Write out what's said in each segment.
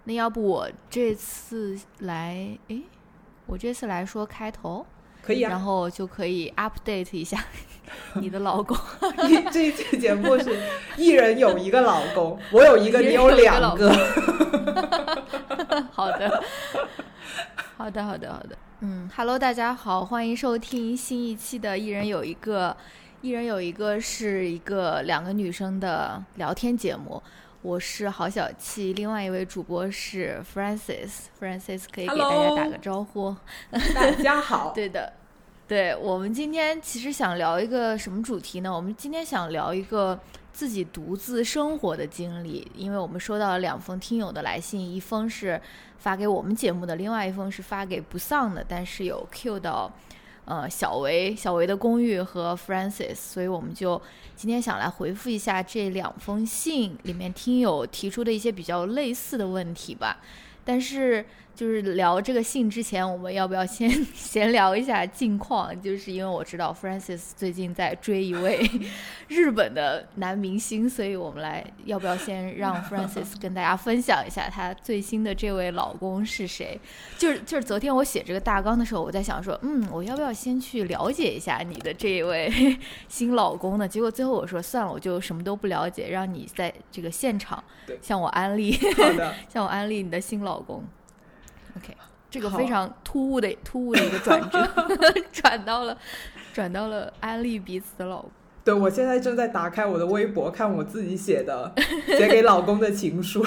那要不我这次来说开头可以啊， 然后就可以 update 一下你的老公。 这一期节目是一人有一个老公，我有一个，你有两个。 好的，Hello 大家好，欢迎收听新一期的一人有一个。一人有一个是两个女生的聊天节目，我是郝小气，另外一位主播是 Francis 可以给大家打个招呼。 大家好。 对的，对，我们今天其实想聊一个什么主题呢？我们今天想聊一个自己独自生活的经历，因为我们收到了2封听友的来信，一封是发给我们节目的，另外一封是发给不丧的，但是有 Q 到小维的公寓和 Francis， 所以我们就今天想来回复一下这2封信里面听友提出的一些比较类似的问题吧。但是就是聊这个信之前，我们要不要先闲聊一下近况？就是因为我知道 Francis 最近在追一位日本的男明星，所以我们要不要先让 Francis 跟大家分享一下他最新的这位老公是谁？就是昨天我写这个大纲的时候，我在想说，我要不要先去了解一下你的这一位新老公呢？结果最后我说算了，我就什么都不了解，让你在这个现场向我安利，向我安利你的新老公。OK， 这个非常突兀的一个转折，转到了安利彼此的老公。 对，我现在正在打开我的微博，看我自己写给老公的情书。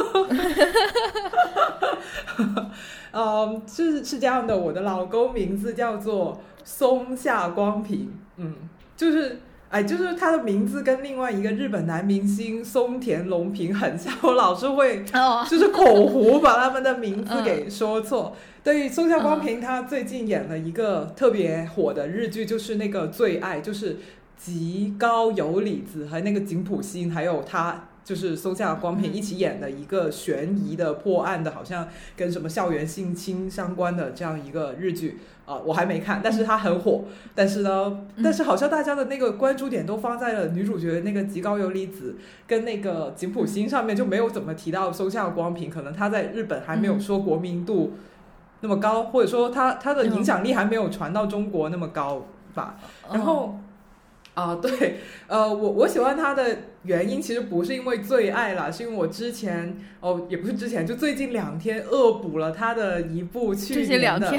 是这样的，我的老公名字叫做松下光平，就是他的名字跟另外一个日本男明星松田龙平很像，我老是会就是口胡把他们的名字给说错。对，松下光平他最近演了一个特别火的日剧，就是那个《最爱》，就是吉高由里子和那个井浦新还有他就是松下光平一起演的一个悬疑的破案的，好像跟什么校园性侵相关的这样一个日剧我还没看，但是它很火。但是好像大家的那个关注点都放在了女主角那个吉高由里子跟那个井浦新上面，就没有怎么提到松下光平。可能他在日本还没有说国民度那么高，或者说他的影响力还没有传到中国那么高吧。然后对，我喜欢他的原因其实不是因为最爱啦，是因为我之前也不是之前，就最近2天恶补了他的一部去年的，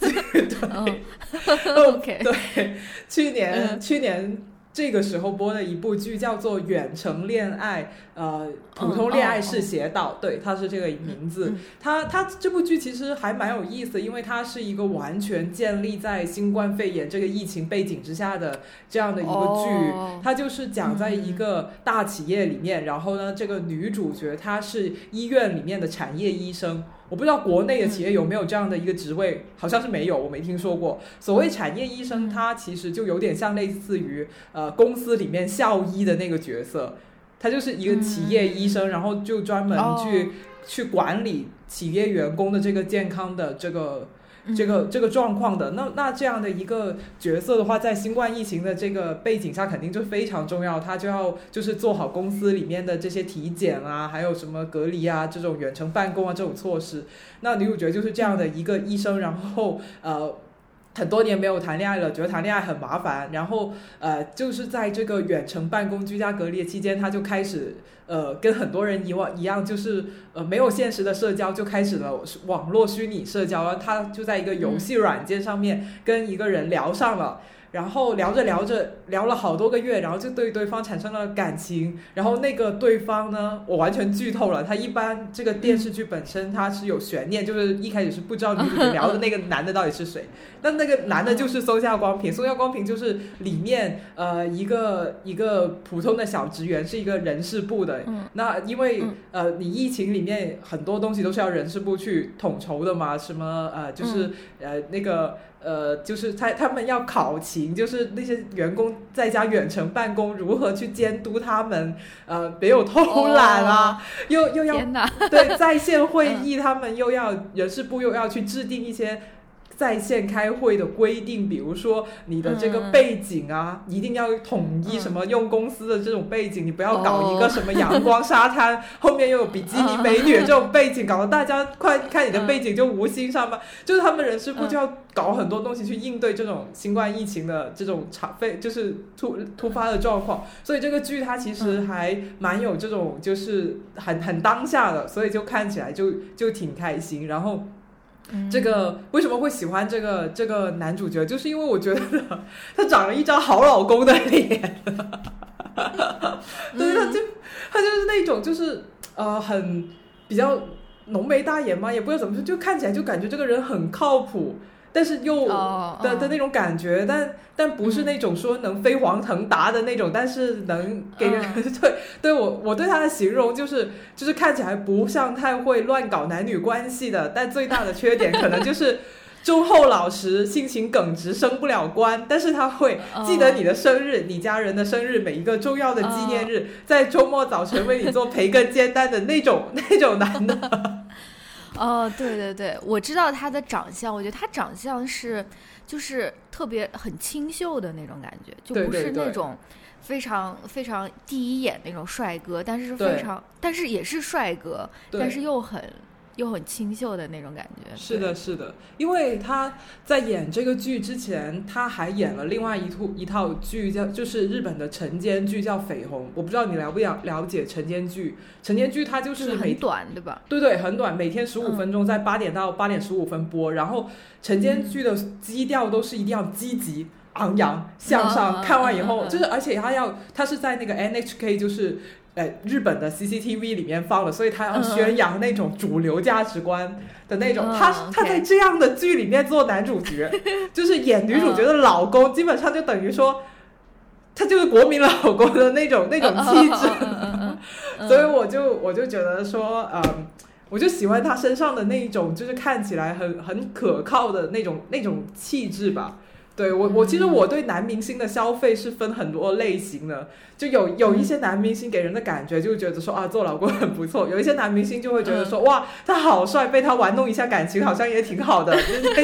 对，去年这个时候播的一部剧叫做《远程恋爱》，普通恋爱是邪道，对，它是这个名字。它这部剧其实还蛮有意思，因为它是一个完全建立在新冠肺炎这个疫情背景之下的这样的一个剧。它就是讲在一个大企业里面，然后呢，这个女主角她是医院里面的产业医生。我不知道国内的企业有没有这样的一个职位，好像是没有，我没听说过。所谓产业医生，他其实就有点像类似于公司里面校医的那个角色，他就是一个企业医生，然后就专门去管理企业员工的这个健康的这个状况的。那这样的一个角色的话，在新冠疫情的这个背景下肯定就非常重要，他就要就是做好公司里面的这些体检啊，还有什么隔离啊，这种远程办公啊这种措施。那女主角就是这样的一个医生，然后很多年没有谈恋爱了，觉得谈恋爱很麻烦，然后就是在这个远程办公居家隔离期间，他就开始跟很多人一样，就是没有现实的社交，就开始了网络虚拟社交。然后他就在一个游戏软件上面跟一个人聊上了，然后聊着聊了好多个月，然后就对对方产生了感情。然后那个对方呢，我完全剧透了，他一般这个电视剧本身它是有悬念，就是一开始是不知道女主角聊的那个男的到底是谁。那个男的就是松下光平，松下光平就是里面一个普通的小职员，是一个人事部的。那因为你疫情里面很多东西都是要人事部去统筹的嘛，什么就是那个就是他们要考勤，就是那些员工在家远程办公如何去监督他们没有偷懒啊，又要对在线会议他们又要人事部又要去制定一些在线开会的规定，比如说你的这个背景啊，一定要统一，什么用公司的这种背景，你不要搞一个什么阳光沙滩，后面又有比基尼美女这种背景，搞得大家快看你的背景就无心上班。就是他们人事部就要搞很多东西去应对这种新冠疫情的这种就是突发的状况，所以这个剧它其实还蛮有这种就是很当下的，所以就看起来就挺开心。然后这个为什么会喜欢这个男主角，就是因为我觉得他长了一张好老公的脸对，他就是那种就是很比较浓眉大眼嘛，也不知道怎么说，就看起来就感觉这个人很靠谱，但是又的那种感觉，但不是那种说能飞黄腾达的那种，但是能给人对我对他的形容就是看起来不像太会乱搞男女关系的，但最大的缺点可能就是忠厚老实，性情耿直，升不了官，但是他会记得你的生日，你家人的生日，每一个重要的纪念日，在周末早晨为你做培根煎蛋的那种男的对对对，我知道他的长相，我觉得他长相是就是特别很清秀的那种感觉，就不是那种非常非常第一眼那种帅哥，但是也是帅哥，但是又很清秀的那种感觉。 是的是的，因为他在演这个剧之前他还演了另外一套剧就是日本的晨间剧叫绯红，我不知道你了不了解晨间剧。晨间剧它就是很短对吧？ 对对，很短，每天15分钟，在8点到8点15分播。然后晨间剧的基调都是一定要积极昂扬向上，看完以后就是而且它是在那个 NHK 就是日本的 CCTV 里面放了，所以他要宣扬那种主流价值观的那种。他在这样的剧里面做男主角，就是演女主角的老公，基本上就等于说他就是国民老公的那种气质。所以我就觉得说我就喜欢他身上的那种就是看起来很可靠的那种气质吧。对，我其实我对男明星的消费是分很多类型的，就有一些男明星给人的感觉就觉得说做老公很不错，有一些男明星就会觉得说哇他好帅，被他玩弄一下感情好像也挺好的，就是那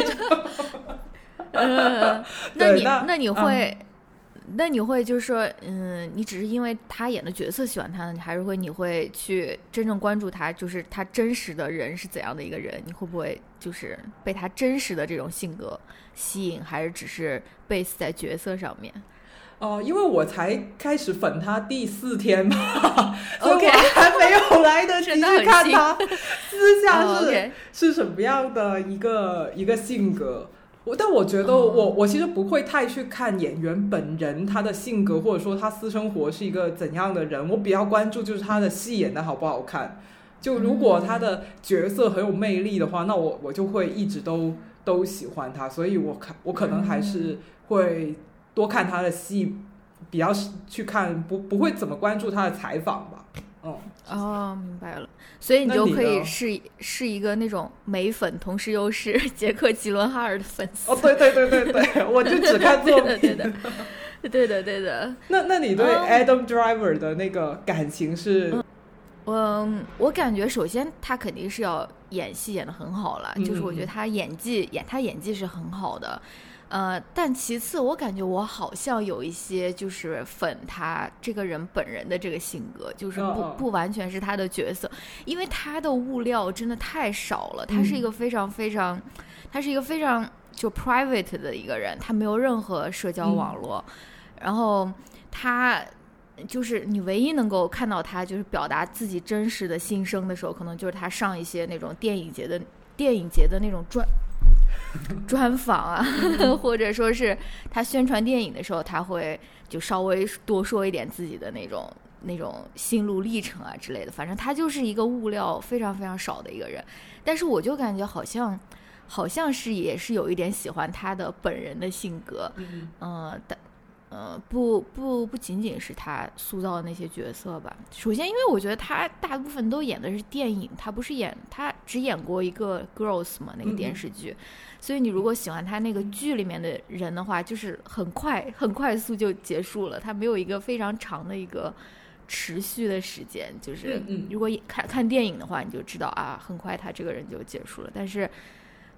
种那你会就是说你只是因为他演的角色喜欢他呢，还是你会去真正关注他，就是他真实的人是怎样的一个人？你会不会就是被他真实的这种性格吸引，还是只是 base 在角色上面？ 因为我才开始粉他第4天嘛所以我还没有来得及去看他私下是什么样的一个性格。但我觉得我其实不会太去看演员本人他的性格，或者说他私生活是一个怎样的人，我比较关注就是他的戏演的好不好看。就如果他的角色很有魅力的话，那我就会一直都喜欢他，所以我可能还是会多看他的戏，比较去看不会怎么关注他的采访吧。 明白了，所以你就可以是一个那种美粉，同时又是杰克·吉伦哈尔的粉丝。 对对对对对，我就只看作品。 对的。 那你对 Adam Driver 的那个感情是？ 我感觉首先他肯定是要演戏演得很好了，就是我觉得他演技是很好的。但其次我感觉我好像有一些就是粉他这个人本人的这个性格，就是不完全是他的角色，因为他的物料真的太少了，他是一个非常就 private 的一个人，他没有任何社交网络，然后他就是你唯一能够看到他就是表达自己真实的心声的时候，可能就是他上一些那种电影节的那种专访啊或者说是他宣传电影的时候，他会就稍微多说一点自己的那种心路历程啊之类的，反正他就是一个物料非常非常少的一个人。但是我就感觉好像是也是有一点喜欢他的本人的性格，不仅仅是他塑造的那些角色吧。首先因为我觉得他大部分都演的是电影，他只演过一个 Girls 嘛，那个电视剧，所以你如果喜欢他那个剧里面的人的话，就是很快速就结束了，他没有一个非常长的一个持续的时间，就是如果看电影的话你就知道很快他这个人就结束了。但是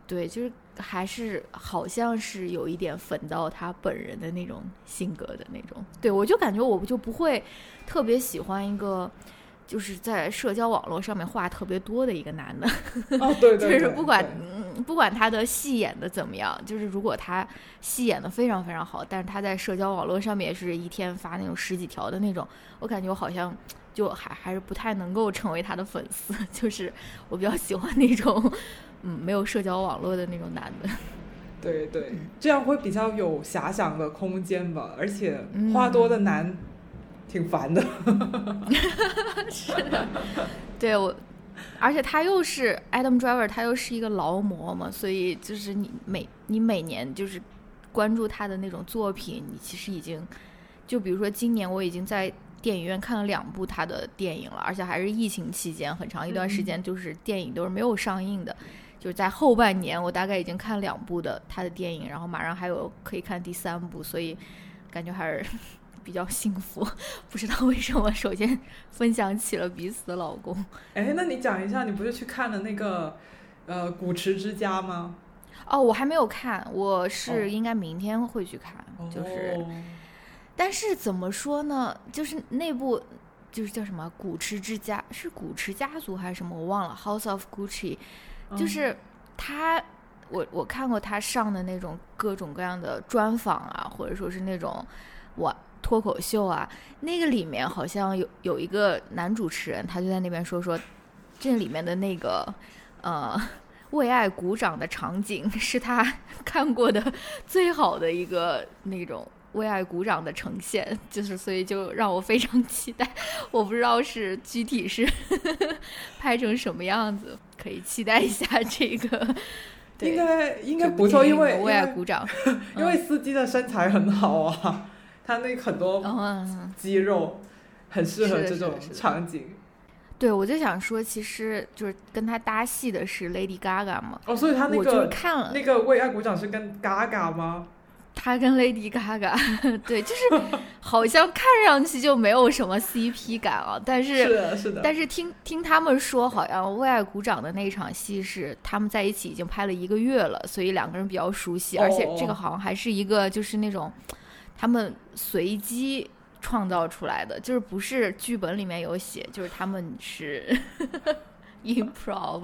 对，就是还是好像是有一点粉到他本人的那种性格的那种。对，我就感觉我就不会特别喜欢一个就是在社交网络上面话特别多的一个男的。 哦，对对对， 就是不管他的戏演的怎么样，就是如果他戏演的非常非常好，但是他在社交网络上面也是一天发那种10几条的那种，我感觉我好像就还是不太能够成为他的粉丝。就是我比较喜欢那种没有社交网络的那种男的。 对对，这样会比较有遐想的空间吧，而且话多的男挺烦的。 是的，对，而且他又是 Adam Driver， 他又是一个劳模嘛，所以就是你每年就是关注他的那种作品，你其实已经就比如说今年我已经在电影院看了2部他的电影了，而且还是疫情期间很长一段时间就是电影都是没有上映的。就是在后半年我大概已经看2部的他的电影，然后马上还有可以看第3部，所以感觉还是比较幸福。不知道为什么首先分享起了彼此的老公。 哎，那你讲一下，你不是去看了那个古驰之家吗？ 哦，我还没有看，我是应该明天会去看。就是但是怎么说呢，就是那部就是叫什么古驰之家，是古驰家族还是什么我忘了， House of Gucci，就是他我看过他上的那种各种各样的专访啊，或者说是那种脱口秀啊，那个里面好像有一个男主持人，他就在那边说这里面的那个为爱鼓掌的场景是他看过的最好的一个那种为爱鼓掌的呈现，就是所以就让我非常期待。我不知道是具体是拍成什么样子，可以期待一下这个。 应该不错，因为为爱鼓掌， 因为司机的身材很好啊，他那很多肌肉很适合这种场景。 对，我就想说，其实就是跟他搭戏的是 Lady Gaga 嘛。 哦，所以他那个我就是看了那个为爱鼓掌是跟 Gaga 吗？ 他跟 Lady Gaga 对，就是好像看上去就没有什么 CP 感啊，但是是的， 但是听他们说，好像为爱鼓掌的那场戏是他们在一起已经拍了1个月了，所以2个人比较熟悉，而且这个好像还是一个就是那种他们随机创造出来的，就是不是剧本里面有写，就是他们是improv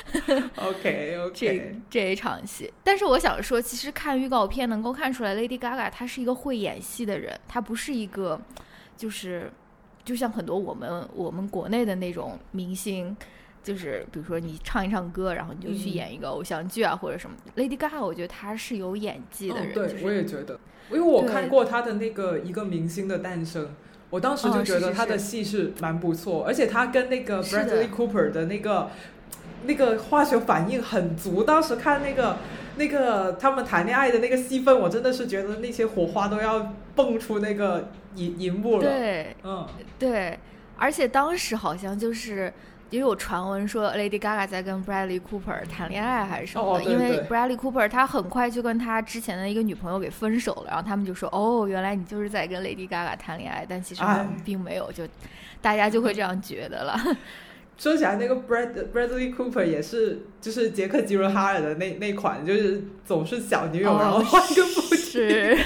OK 这一场戏。但是我想说，其实看预告片能够看出来 Lady Gaga 她是一个会演戏的人，她不是一个就像很多我们国内的那种明星，就是比如说你唱一唱歌然后你就去演一个偶像剧啊或者什么。Lady Gaga 我觉得她是有演技的人。 对、 就是、 我也觉得，因为我看过她的那个一个明星的诞生，我当时就觉得他的戏是蛮不错，而且他跟那个 Bradley Cooper 的那个化学反应很足。当时看那个他们谈恋爱的那个戏份，我真的是觉得那些火花都要蹦出那个银幕了。 对，对，而且当时好像就是也有传闻说 Lady Gaga 在跟 Bradley Cooper 谈恋爱还是什么的，因为 Bradley Cooper 他很快就跟他之前的一个女朋友给分手了，然后他们就说原来你就是在跟 Lady Gaga 谈恋爱，但其实并没有，就大家就会这样觉得了。 说起来那个 Bradley Cooper 也是就是杰克吉伦哈尔的那款，就是总是小女友然后换一个夫妻。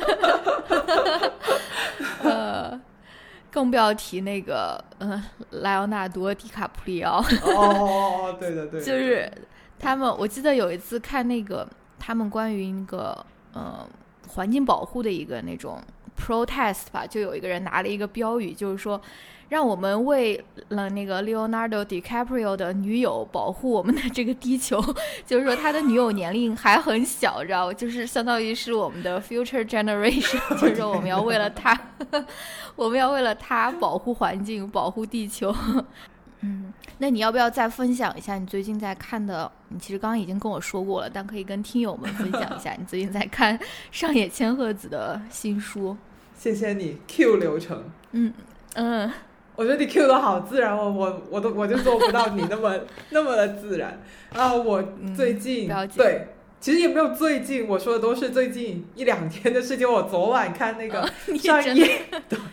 更不要提那个莱昂纳多·迪卡普里奥。 对的对的， 就是他们，我记得有一次看那个他们关于那个环境保护的一个那种 protest 吧，就有一个人拿了一个标语，就是说让我们为了那个 Leonardo DiCaprio 的女友保护我们的这个地球。就是说他的女友年龄还很小，知道，就是相当于是我们的 future generation。 就是说我们要为了他我们要为了他保护环境保护地球。那你要不要再分享一下你最近在看的？你其实刚刚已经跟我说过了，但可以跟听友们分享一下你最近在看上野千鹤子的新书。 谢谢你 Q 流程。我觉得你 Q 的好自然，我就做不到你那么的自然啊！我最近对，其实也没有最近，我说的都是最近1-2天的事情。我昨晚看那个上野，对，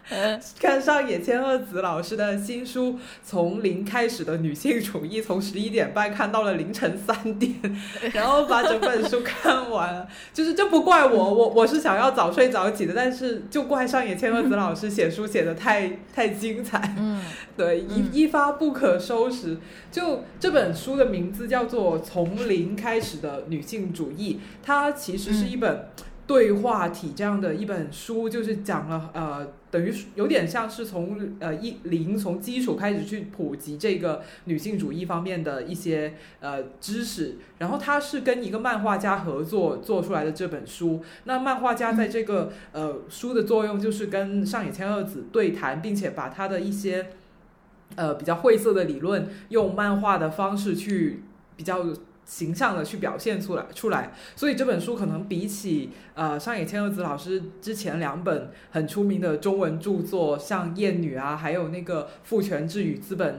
看上野千鹤子老师的新书《从零开始的女性主义》，从11点半看到了凌晨3点，然后把整本书看完了。就是这不怪我是想要早睡早起的，但是就怪上野千鹤子老师写书写的太精彩，对，一发不可收拾。就这本书的名字叫做《从零开始的女性主义》，它其实是一本对话体这样的一本书，就是讲了等于有点像是从从基础开始去普及这个女性主义方面的一些知识，然后它是跟一个漫画家合作做出来的这本书。那漫画家在这个书的作用就是跟上野千鹤子对谈，并且把他的一些比较晦涩的理论用漫画的方式去比较形象的去表现出来，所以这本书可能比起上野千鹤子老师之前2本很出名的中文著作，像《厌女》啊，还有那个《父权制与资本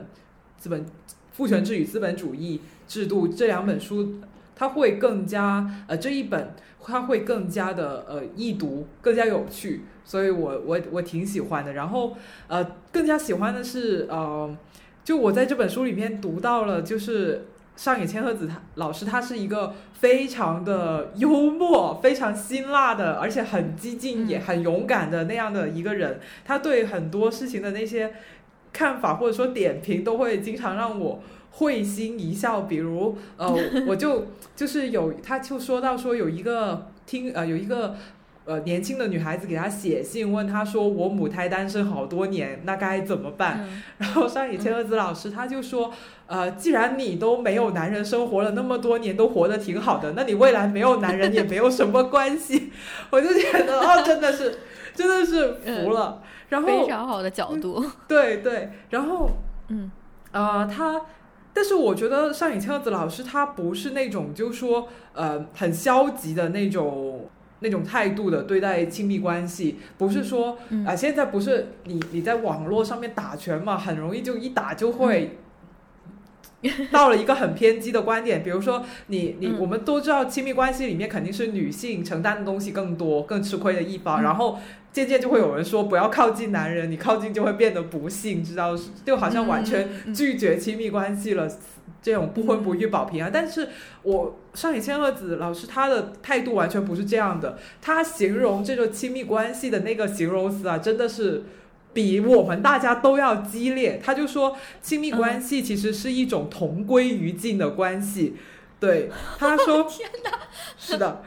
主义制度》这2本书，它会更加这一本它会更加的易读，更加有趣，所以我挺喜欢的。然后更加喜欢的是就我在这本书里面读到了，就是上野千鹤子老师他是一个非常的幽默，非常辛辣的，而且很激进也很勇敢的那样的一个人。他对很多事情的那些看法或者说点评都会经常让我会心一笑。比如我就是他就说到说有一个年轻的女孩子给他写信问他说我母胎单身好多年，那该怎么办？然后上野千鹤子老师他就说既然你都没有男人生活了那么多年，都活得挺好的，那你未来没有男人也没有什么关系。我就觉得真的是服了。然后非常好的角度。 对对，然后但是我觉得上野千鹤子老师他不是那种就是说很消极的那种态度的对待亲密关系，不是说现在不是你在网络上面打拳嘛，很容易就一打就会到了一个很偏激的观点。比如说我们都知道亲密关系里面肯定是女性承担的东西更多，更吃亏的一方，然后渐渐就会有人说不要靠近男人，你靠近就会变得不幸，知道，就好像完全拒绝亲密关系了，这种不婚不育保平安。但是上野千鹤子老师他的态度完全不是这样的，他形容这个亲密关系的那个形容词真的是比我们大家都要激烈。他就说亲密关系其实是一种同归于尽的关系。对，他说天哪， 是的，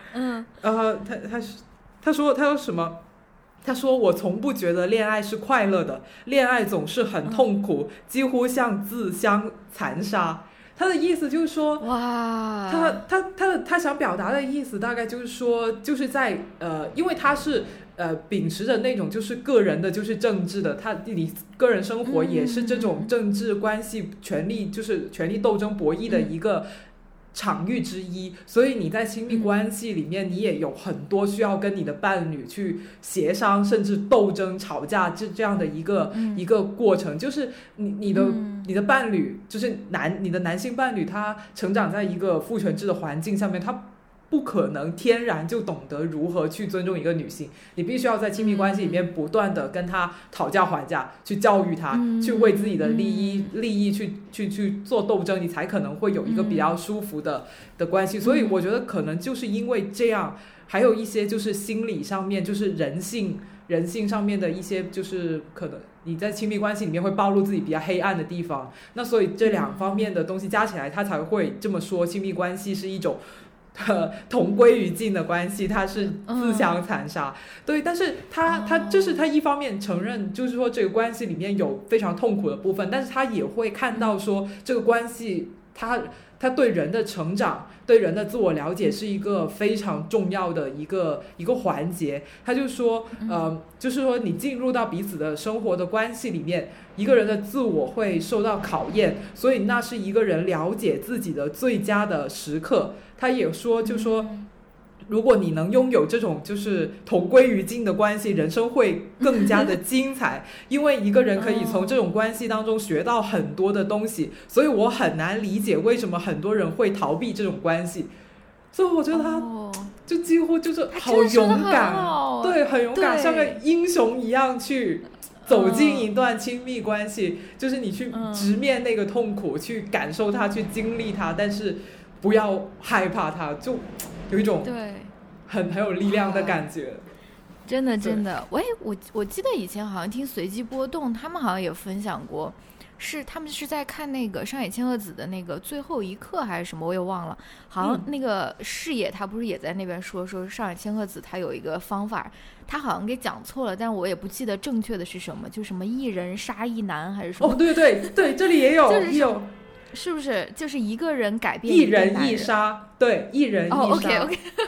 他说什么？他说我从不觉得恋爱是快乐的，恋爱总是很痛苦，几乎像自相残杀。他的意思就是说，哇，他想表达的意思大概就是说，就是在因为他是秉持着那种就是个人的就是政治的，你个人生活也是这种政治关系权力就是权力斗争博弈的一个场域之一，所以你在亲密关系里面你也有很多需要跟你的伴侣去协商甚至斗争吵架这样的一个过程。就是你的伴侣就是你的男性伴侣，他成长在一个父权制的环境下面，他不可能天然就懂得如何去尊重一个女性，你必须要在亲密关系里面不断的跟她讨价还价，去教育她，去为自己的利益去做斗争，你才可能会有一个比较舒服的关系。所以我觉得可能就是因为这样，还有一些就是心理上面就是人性上面的一些就是可能你在亲密关系里面会暴露自己比较黑暗的地方，那所以这2方面的东西加起来，他才会这么说亲密关系是一种同归于尽的关系，它是自相残杀。对，但是他就是他一方面承认就是说这个关系里面有非常痛苦的部分，但是他也会看到说这个关系它对人的成长对人的自我了解是一个非常重要的一个环节。他就说就是说你进入到彼此的生活的关系里面，一个人的自我会受到考验，所以那是一个人了解自己的最佳的时刻。他也说就说如果你能拥有这种就是同归于尽的关系，人生会更加的精彩因为一个人可以从这种关系当中学到很多的东西，所以我很难理解为什么很多人会逃避这种关系。所以我觉得他就几乎就是好勇敢，对，很勇敢，像个英雄一样去走进一段亲密关系，就是你去直面那个痛苦，去感受它，去经历它，但是不要害怕它，就有一种对很有力量的感觉。 真的我记得以前好像听随机波动他们好像也分享过，他们是在看那个上野千鹤子的那个最后一刻还是什么我也忘了，好像那个视野他不是也在那边说上野千鹤子他有一个方法，他好像给讲错了，但我也不记得正确的是什么，就什么一人杀一男还是什么。 对，这里也有有， 是不是就是一个人改变一人一杀？对，一人一杀。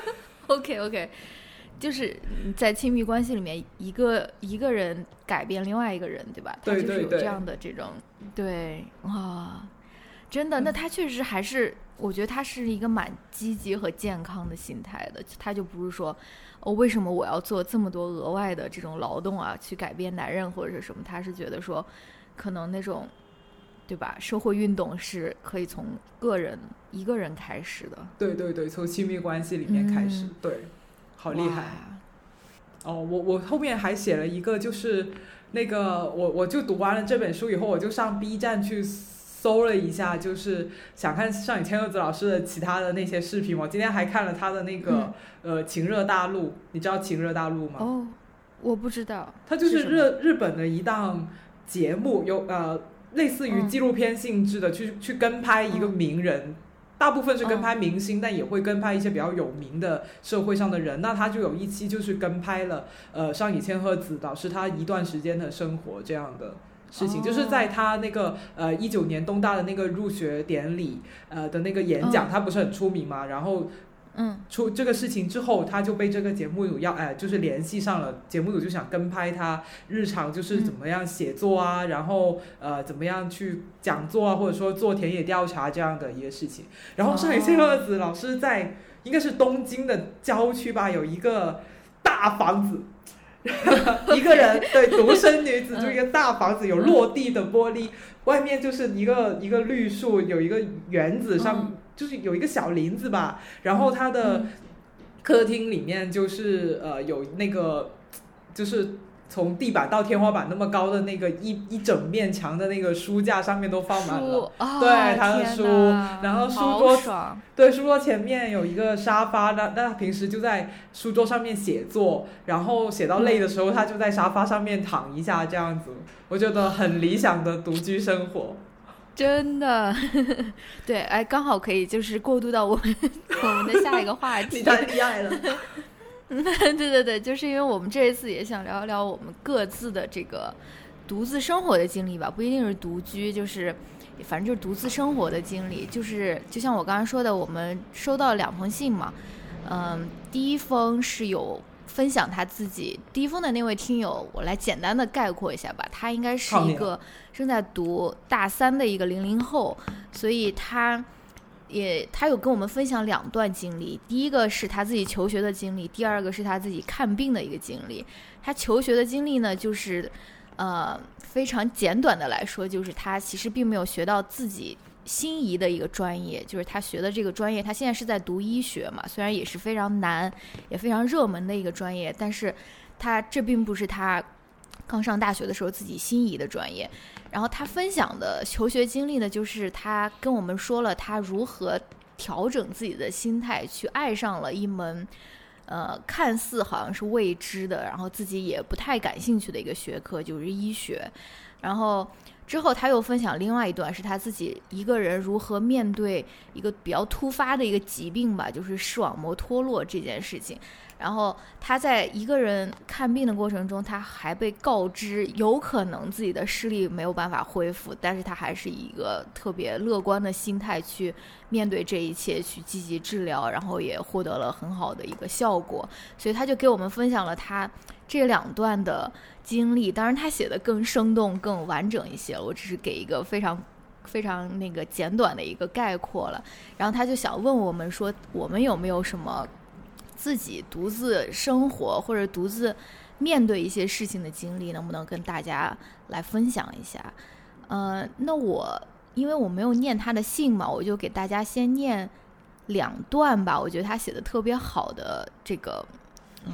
OK，就是在亲密关系里面，一个人改变另外一个人，对吧？ 对， 他就是有这样的这种对真的，那他确实还是，我觉得他是一个蛮积极和健康的心态的。他就不是说为什么我要做这么多额外的这种劳动啊，去改变男人或者是什么？他是觉得说，可能那种对吧？社会运动是可以从一个人开始的。 对，从亲密关系里面开始，对。好厉害我后面还写了一个，就是那个我就读完了这本书以后，我就上 B 站去搜了一下，就是想看上野千鹤子老师的其他的那些视频。我今天还看了他的那个情热大陆，你知道情热大陆吗？ 我不知道。 它就是日本的一档节目，有类似于纪录片性质的，去跟拍一个名人。大部分是跟拍明星，但也会跟拍一些比较有名的社会上的人。那他就有一期就是跟拍了上野千鹤子老师他一段时间的生活这样的事情，就是在他那个19年东大的那个入学典礼的那个演讲，他不是很出名嘛，然后出这个事情之后，他就被这个节目组就是联系上了，节目组就想跟拍他日常就是怎么样写作啊，然后怎么样去讲座啊，或者说做田野调查这样的一个事情。然后上野千鹤子老师在应该是东京的郊区吧，有一个大房子一个人对独生女子，就一个大房子，有落地的玻璃，外面就是一个绿树，有一个园子上就是有一个小林子吧，然后他的客厅里面就是有那个就是从地板到天花板那么高的那个一整面墙的那个书架上面都放满了对他的书，然后书桌前面有一个沙发，那他平时就在书桌上面写作，然后写到累的时候他就在沙发上面躺一下这样子，我觉得很理想的独居生活。 真的对，刚好可以就是过渡到我们的下一个话题。 你太厉害了对，就是因为我们这一次也想聊一聊我们各自的这个独自生活的经历吧，不一定是独居，就是反正就是独自生活的经历。就是就像我刚刚说的，我们收到了2封信嘛，第一封是有分享他自己，第一封的那位听友，我来简单的概括一下吧。他应该是一个正在读大3的一个00后，所以他有跟我们分享2段经历。第一个是他自己求学的经历，第二个是他自己看病的一个经历。他求学的经历呢，就是非常简短的来说，就是他其实并没有学到自己心仪的一个专业，就是他学的这个专业，他现在是在读医学嘛，虽然也是非常难也非常热门的一个专业，但是这并不是他刚上大学的时候自己心仪的专业。然后他分享的求学经历呢，就是他跟我们说了他如何调整自己的心态，去爱上了一门看似好像是未知的，然后自己也不太感兴趣的一个学科，就是医学。然后之后他又分享另外一段，是他自己一个人如何面对一个比较突发的一个疾病吧，就是视网膜脱落这件事情。然后他在一个人看病的过程中，他还被告知有可能自己的视力没有办法恢复，但是他还是以一个特别乐观的心态去面对这一切，去积极治疗，然后也获得了很好的一个效果。所以他就给我们分享了他这2段的经历，当然他写的更生动更完整一些，我只是给一个非常非常那个简短的一个概括了。然后他就想问我们说，我们有没有什么自己独自生活或者独自面对一些事情的经历，能不能跟大家来分享一下？那因为我没有念他的信嘛，我就给大家先念2段吧，我觉得他写的特别好的这个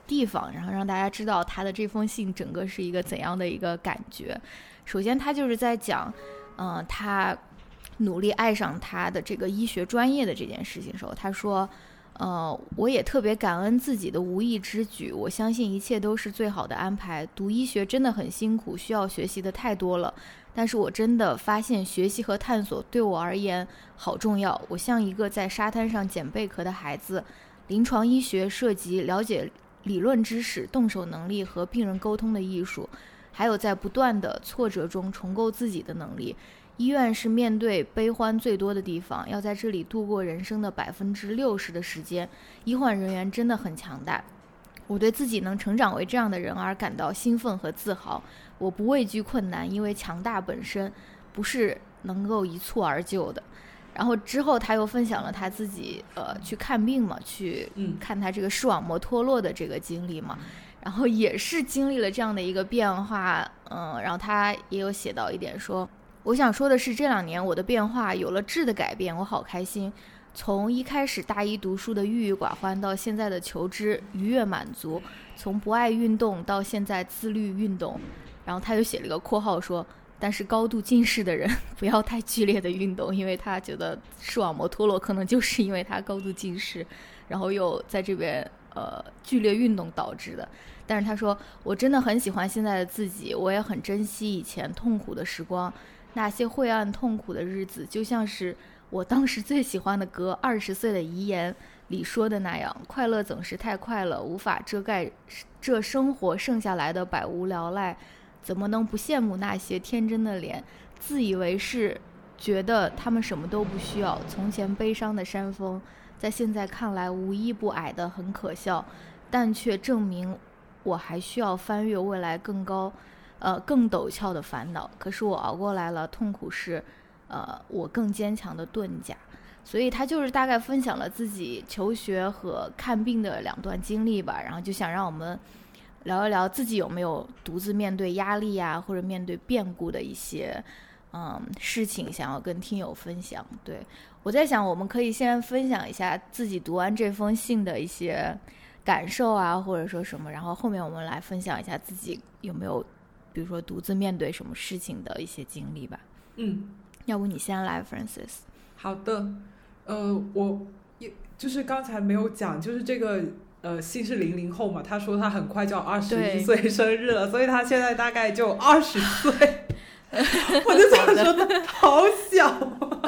地方，然后让大家知道他的这封信整个是一个怎样的一个感觉。首先他就是在讲他努力爱上他的这个医学专业的这件事情的时候，他说我也特别感恩自己的无意之举，我相信一切都是最好的安排。读医学真的很辛苦，需要学习的太多了，但是我真的发现学习和探索对我而言好重要。我像一个在沙滩上捡贝壳的孩子，临床医学涉及了解理论知识、动手能力和病人沟通的艺术，还有在不断的挫折中重构自己的能力。医院是面对悲欢最多的地方，要在这里度过人生的60%的时间，医患人员真的很强大。我对自己能成长为这样的人而感到兴奋和自豪。我不畏惧困难，因为强大本身不是能够一蹴而就的。然后之后他又分享了他自己去看病嘛，去看他这个视网膜脱落的这个经历嘛，然后也是经历了这样的一个变化。然后他也有写到一点说，我想说的是，这2年我的变化有了质的改变，我好开心。从一开始大一读书的郁郁寡欢，到现在的求知愉悦满足；从不爱运动到现在自律运动。然后他又写了一个括号说，但是高度近视的人不要太剧烈的运动，因为他觉得视网膜脱落可能就是因为他高度近视，然后又在这边剧烈运动导致的。但是他说，我真的很喜欢现在的自己，我也很珍惜以前痛苦的时光。那些晦暗痛苦的日子，就像是我当时最喜欢的歌《20岁的遗言》里说的那样，快乐总是太快了，无法遮盖这生活剩下来的百无聊赖。怎么能不羡慕那些天真的脸，自以为是，觉得他们什么都不需要。从前悲伤的山峰，在现在看来无一不矮的很可笑，但却证明我还需要翻越未来更陡峭的烦恼。可是我熬过来了，痛苦是我更坚强的盾甲。所以他就是大概分享了自己求学和看病的2段经历吧，然后就想让我们聊一聊自己有没有独自面对压力啊，或者面对变故的一些事情想要跟听友分享。对，我在想我们可以先分享一下自己读完这封信的一些感受啊，或者说什么，然后后面我们来分享一下自己有没有比如说独自面对什么事情的一些经历吧。要不你先来 Francis。 好的。我就是刚才没有讲，就是这个信是00后嘛，他说他很快就要21岁生日了，所以他现在大概就20岁。我就想说他好小。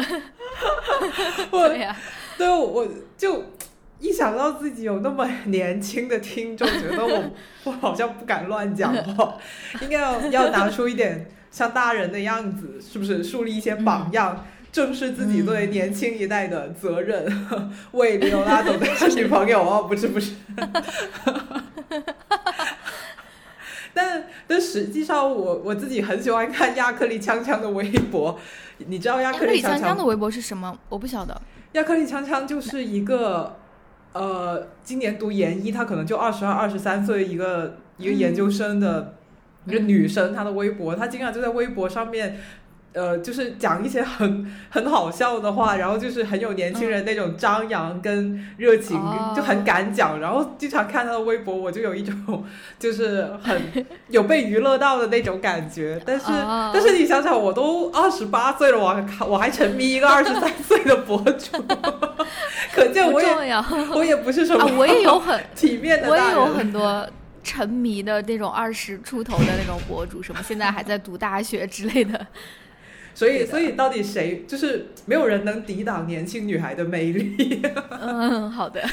对，我就一想到自己有那么年轻的听众，觉得我好像不敢乱讲话，应该要拿出一点像大人的样子，是不是树立一些榜样，正视自己对年轻一代的责任，为刘拉总带着女朋友哦，不是但实际上我自己很喜欢看亚克力锵锵的微博。你知道亚克力锵锵的微博是什么？我不晓得。 亚克力锵锵就是一个今年读研一，她可能就22、23岁一个研究生的一个女生，她的微博，她经常就在微博上面就是讲一些很好笑的话，然后就是很有年轻人那种张扬跟热情，就很敢讲。然后经常看他的微博，我就有一种就是很有被娱乐到的那种感觉。但是你想想，我都28岁了，我还沉迷一个23岁的博主，可见我也不是什么我也有体面的大人。 我也有很多沉迷的那种20出头的那种博主，什么现在还在读大学之类的。 所以到底谁，就是没有人能抵挡年轻女孩的魅力。 好的。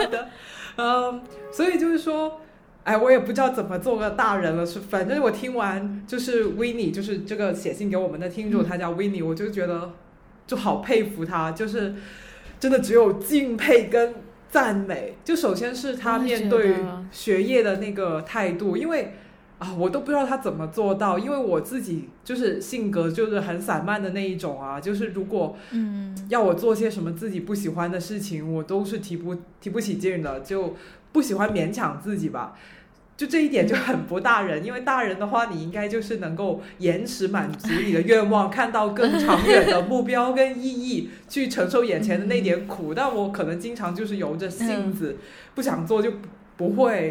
所以就是说，我也不知道怎么做个大人了。反正我听完就是 Winnie， 就是这个写信给我们的听众，他叫 Winnie， 我就觉得就好佩服他，就是真的只有敬佩跟赞美。就首先是他面对学业的那个态度，因为我都不知道他怎么做到，因为我自己就是性格就是很散漫的那一种啊，就是如果要我做些什么自己不喜欢的事情，我都是提不起劲的，就不喜欢勉强自己吧。就这一点就很不大人，因为大人的话你应该就是能够延迟满足你的愿望，看到更长远的目标跟意义，去承受眼前的那点苦。但我可能经常就是由着性子不想做，就不会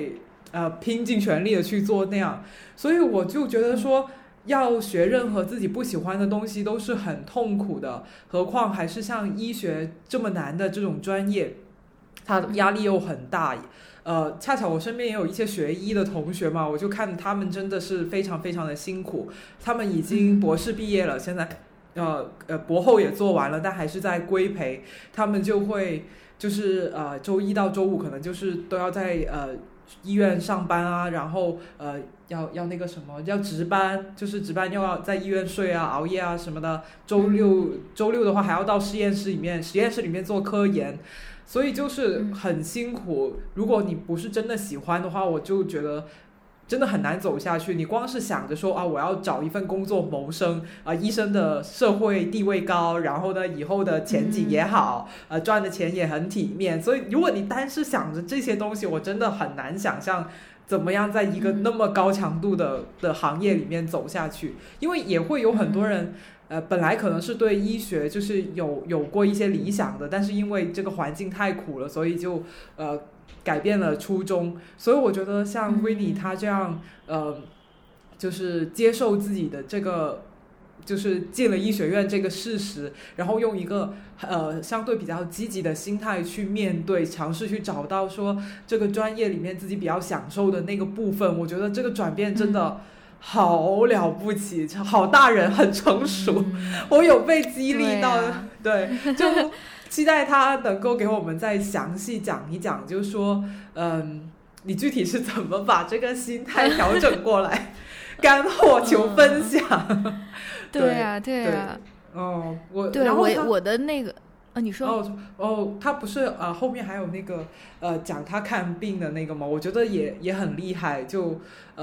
拼尽全力的去做那样。所以我就觉得说要学任何自己不喜欢的东西都是很痛苦的，何况还是像医学这么难的这种专业，它的压力又很大。恰巧我身边也有一些学医的同学嘛，我就看他们真的是非常非常的辛苦，他们已经博士毕业了，现在博后也做完了，但还是在规培，他们就会就是周一到周五可能就是都要在医院上班啊，然后要那个什么要值班，就是值班又要在医院睡啊熬夜啊什么的，周六的话还要到实验室里面做科研，所以就是很辛苦。如果你不是真的喜欢的话，我就觉得真的很难走下去。你光是想着说我要找一份工作谋生医生的社会地位高，然后呢以后的前景也好赚的钱也很体面，所以如果你单是想着这些东西，我真的很难想象怎么样在一个那么高强度的行业里面走下去。因为也会有很多人本来可能是对医学就是有过一些理想的，但是因为这个环境太苦了，所以就改变了初衷。所以我觉得像Winnie他这样就是接受自己的这个就是进了医学院这个事实，然后用一个相对比较积极的心态去面对，尝试去找到说这个专业里面自己比较享受的那个部分，我觉得这个转变真的好了不起，好大人，很成熟，我有被激励到对，就期待他能够给我们再详细讲一讲，就是说你具体是怎么把这个心态调整过来干货求分享对啊对啊然后我的那个你说他不是后面还有那个讲他看病的那个吗？我觉得也很厉害，就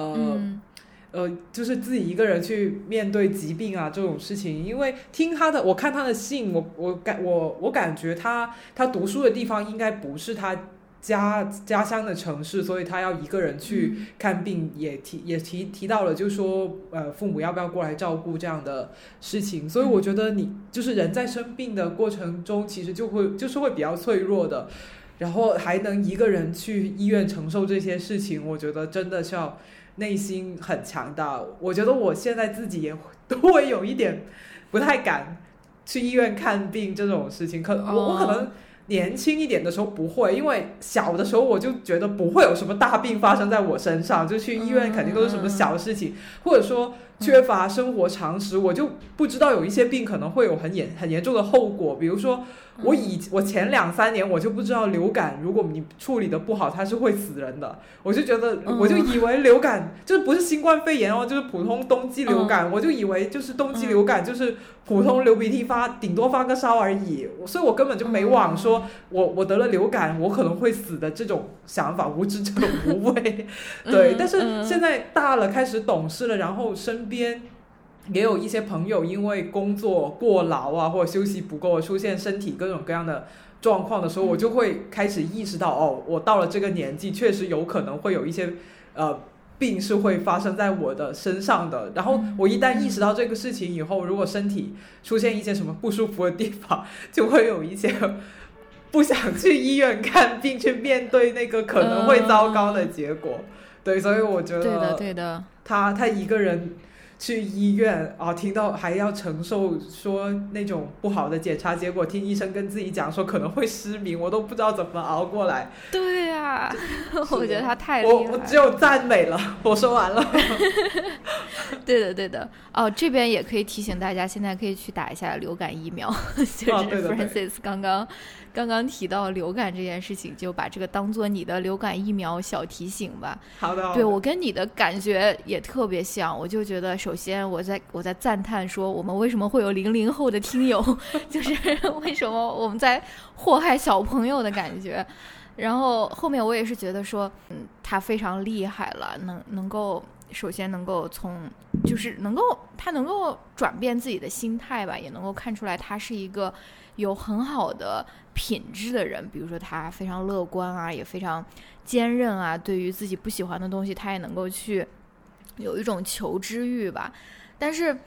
就是自己一个人去面对疾病啊这种事情。因为我看他的信，我感觉他读书的地方应该不是他家乡的城市，所以他要一个人去看病，也提到了就是说父母要不要过来照顾这样的事情。所以我觉得你就是人在生病的过程中其实就是会比较脆弱的，然后还能一个人去医院承受这些事情，我觉得真的是要内心很强大。我觉得我现在自己也都会有一点不太敢去医院看病这种事情，我可能年轻一点的时候不会，因为小的时候我就觉得不会有什么大病发生在我身上，就去医院肯定都是什么小事情，或者说缺乏生活常识，我就不知道有一些病可能会有很严重的后果。比如说我前2-3年我就不知道流感如果你处理的不好它是会死人的，我就觉得我就以为流感就是不是新冠肺炎就是普通冬季流感，我就以为就是冬季流感就是普通流鼻涕顶多发个烧而已，所以我根本就没往说我得了流感我可能会死的这种想法，无知者无畏对，但是现在大了开始懂事了，然后身边也有一些朋友因为工作过劳或者休息不够出现身体各种各样的状况的时候，我就会开始意识到我到了这个年纪确实有可能会有一些病是会发生在我的身上的。然后我一旦意识到这个事情以后，如果身体出现一些什么不舒服的地方，就会有一些不想去医院看病，去面对那个可能会糟糕的结果对，所以我觉得对的他一个人去医院听到还要承受说那种不好的检查结果，听医生跟自己讲说可能会失明，我都不知道怎么熬过来。 对啊我觉得他太厉害了， 我只有赞美了，我说完了对的这边也可以提醒大家现在可以去打一下流感疫苗就是 Francis 刚刚提到流感这件事情，就把这个当做你的流感疫苗小提醒吧。 好的对，我跟你的感觉也特别像，我就觉得首先我在赞叹说我们为什么会有00后的听友就是为什么我们在祸害小朋友的感觉。然后后面我也是觉得说他非常厉害了，能够首先能够就是他能够转变自己的心态吧，也能够看出来他是一个有很好的品质的人，比如说他非常乐观也非常坚韧对于自己不喜欢的东西他也能够去有一种求知欲吧。但是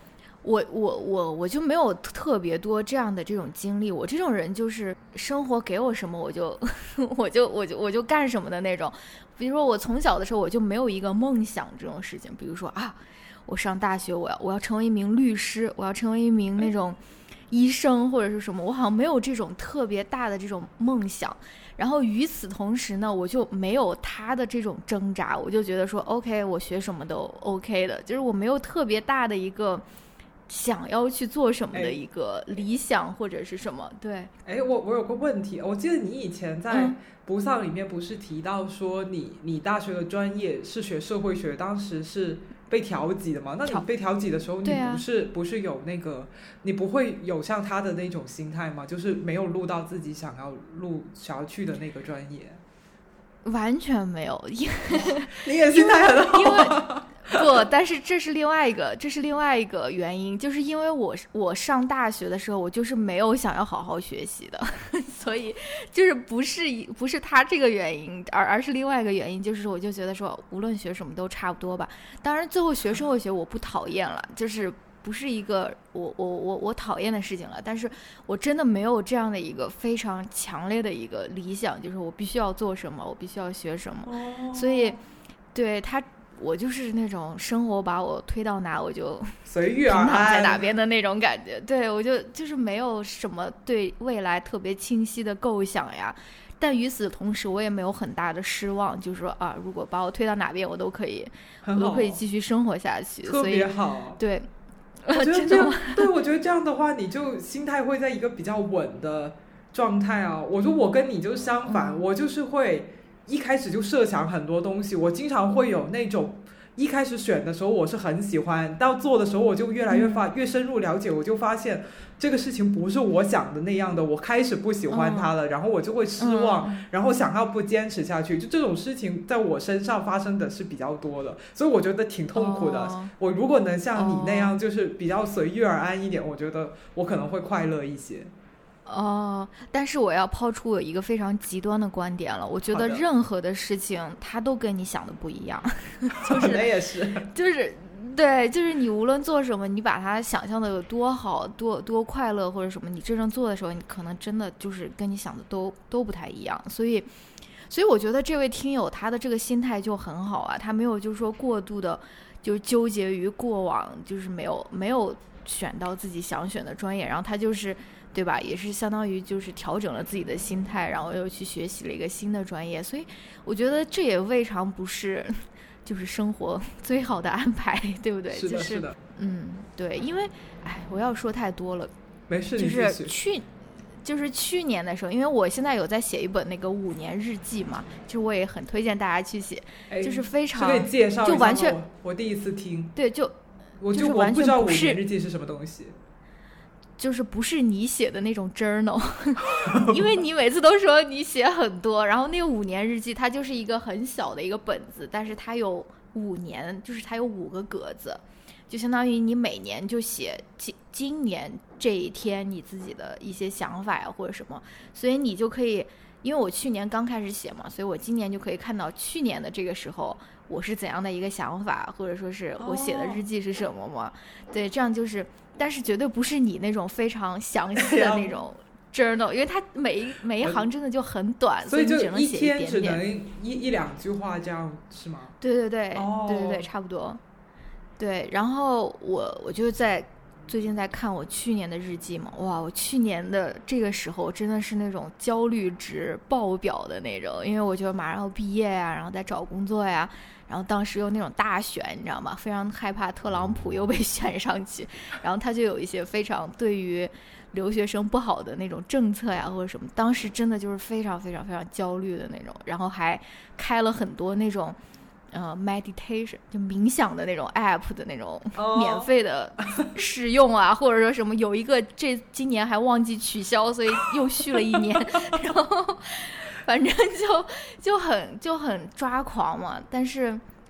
我就没有特别多这样的这种经历。我这种人就是生活给我什么我就我就干什么的那种。比如说我从小的时候我就没有一个梦想这种事情，比如说啊，我上大学我要成为一名律师，我要成为一名那种医生或者是什么，我好像没有这种特别大的这种梦想。然后与此同时呢，我就没有他的这种挣扎，我就觉得说 OK 我学什么都 OK 的，就是我没有特别大的一个想要去做什么的一个理想或者是什么。对， 我有个问题，我记得你以前在不丧里面不是提到说你大学的专业是学社会学，当时是被调剂的吗？那你被调剂的时候，你不是有那个，你不会有像他的那种心态吗？就是没有录到自己想要去的那个专业？ 完全没有， 你也心态很好， 因为不，但是这是另外一个原因，就是因为我上大学的时候，我就是没有想要好好学习的，所以就是不是他这个原因，而是另外一个原因，就是我就觉得说，无论学什么都差不多吧。当然，最后学社会学我不讨厌了，就是不是一个我讨厌的事情了，但是我真的没有这样的一个非常强烈的一个理想，就是我必须要做什么，我必须要学什么，所以对他。我就是那种生活把我推到哪我就随遇而安在哪边的那种感觉。对，我就是没有什么对未来特别清晰的构想呀，但与此同时我也没有很大的失望，就是说啊，如果把我推到哪边我都可以继续生活下去， 特别好。 对， 我觉得这样对，我觉得这样的话你就心态会在一个比较稳的状态啊。我说我跟你就相反，我就是会一开始就设想很多东西，我经常会有那种一开始选的时候我是很喜欢，到做的时候我就越来越深入了解，我就发现这个事情不是我想的那样的，我开始不喜欢它了，然后我就会失望，然后想要不坚持下去，就这种事情在我身上发生的是比较多的，所以我觉得挺痛苦的。我如果能像你那样就是比较随遇而安一点，我觉得我可能会快乐一些。 但是我要抛出我一个非常极端的观点了，我觉得任何的事情它都跟你想的不一样就是也是就是对，就是你无论做什么，你把它想象的有多好多快乐或者什么，你真正做的时候你可能真的就是跟你想的都不太一样。所以我觉得这位听友他的这个心态就很好啊，他没有就是说过度的就纠结于过往，就是没有选到自己想选的专业，然后他就是对吧，也是相当于就是调整了自己的心态，然后又去学习了一个新的专业。所以我觉得这也未尝不是就是生活最好的安排，对不对？ 是的，是的， 对，因为我要说太多了， 没事， 就是去年的时候，因为我现在有在写一本那个5年日记嘛，就我也很推荐大家去写，就是非常可以介绍一下就完全我第一次听， 对， 我不知道5年日记是什么东西。 就是不是你写的那种 journal 因为你每次都说你写很多，然后那个5年日记它就是一个很小的一个本子，但是它有5年，就是它有5个格子，就相当于你每年就写今年这一天你自己的一些想法呀或者什么，所以你就可以，因为我去年刚开始写嘛，所以我今年就可以看到去年的这个时候我是怎样的一个想法，或者说是我写的日记是什么嘛。对，这样就是，但是绝对不是你那种非常详细的那种 journal 因为它每一行真的就很短， 所以你只能写一点点， 只能一两句话这样是吗？ 对，对，差不多。对，然后我就最近在看我去年的日记嘛，哇，我去年的这个时候真的是那种焦虑值爆表的那种，因为我觉得马上要毕业呀，然后在找工作呀，然后当时又那种大选，你知道吗？非常害怕特朗普又被选上去，然后他就有一些非常对于留学生不好的那种政策呀或者什么，当时真的就是非常非常非常焦虑的那种，然后还开了很多那种meditation 就冥想的那种 app 的那种免费的试用啊，或者说什么有一个今年还忘记取消，所以又续了1年然后反正就很抓狂嘛。但是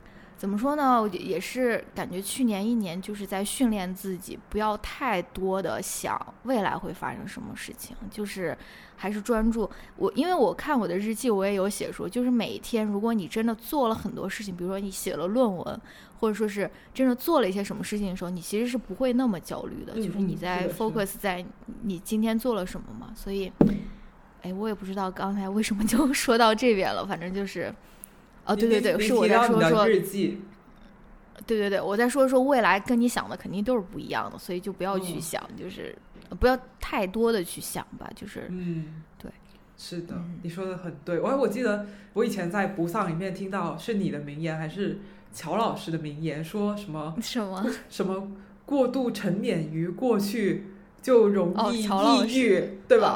怎么说呢，也是感觉去年一年就是在训练自己不要太多的想未来会发生什么事情，就是还是专注。因为我看我的日记，我也有写说，就是每一天如果你真的做了很多事情，比如说你写了论文，或者说是真的做了一些什么事情的时候，你其实是不会那么焦虑的，就是你在 focus 在你今天做了什么嘛。所以我也不知道刚才为什么就说到这边了，反正就是对对对，是我在说日记。 对，我在说未来跟你想的肯定都是不一样的，所以就不要去想，就是不要太多的去想吧，就是对， 是的，你说的很对。我记得我以前在不丧里面听到是你的名言还是乔老师的名言，说什么过度沉湎于过去就容易抑郁，对吧？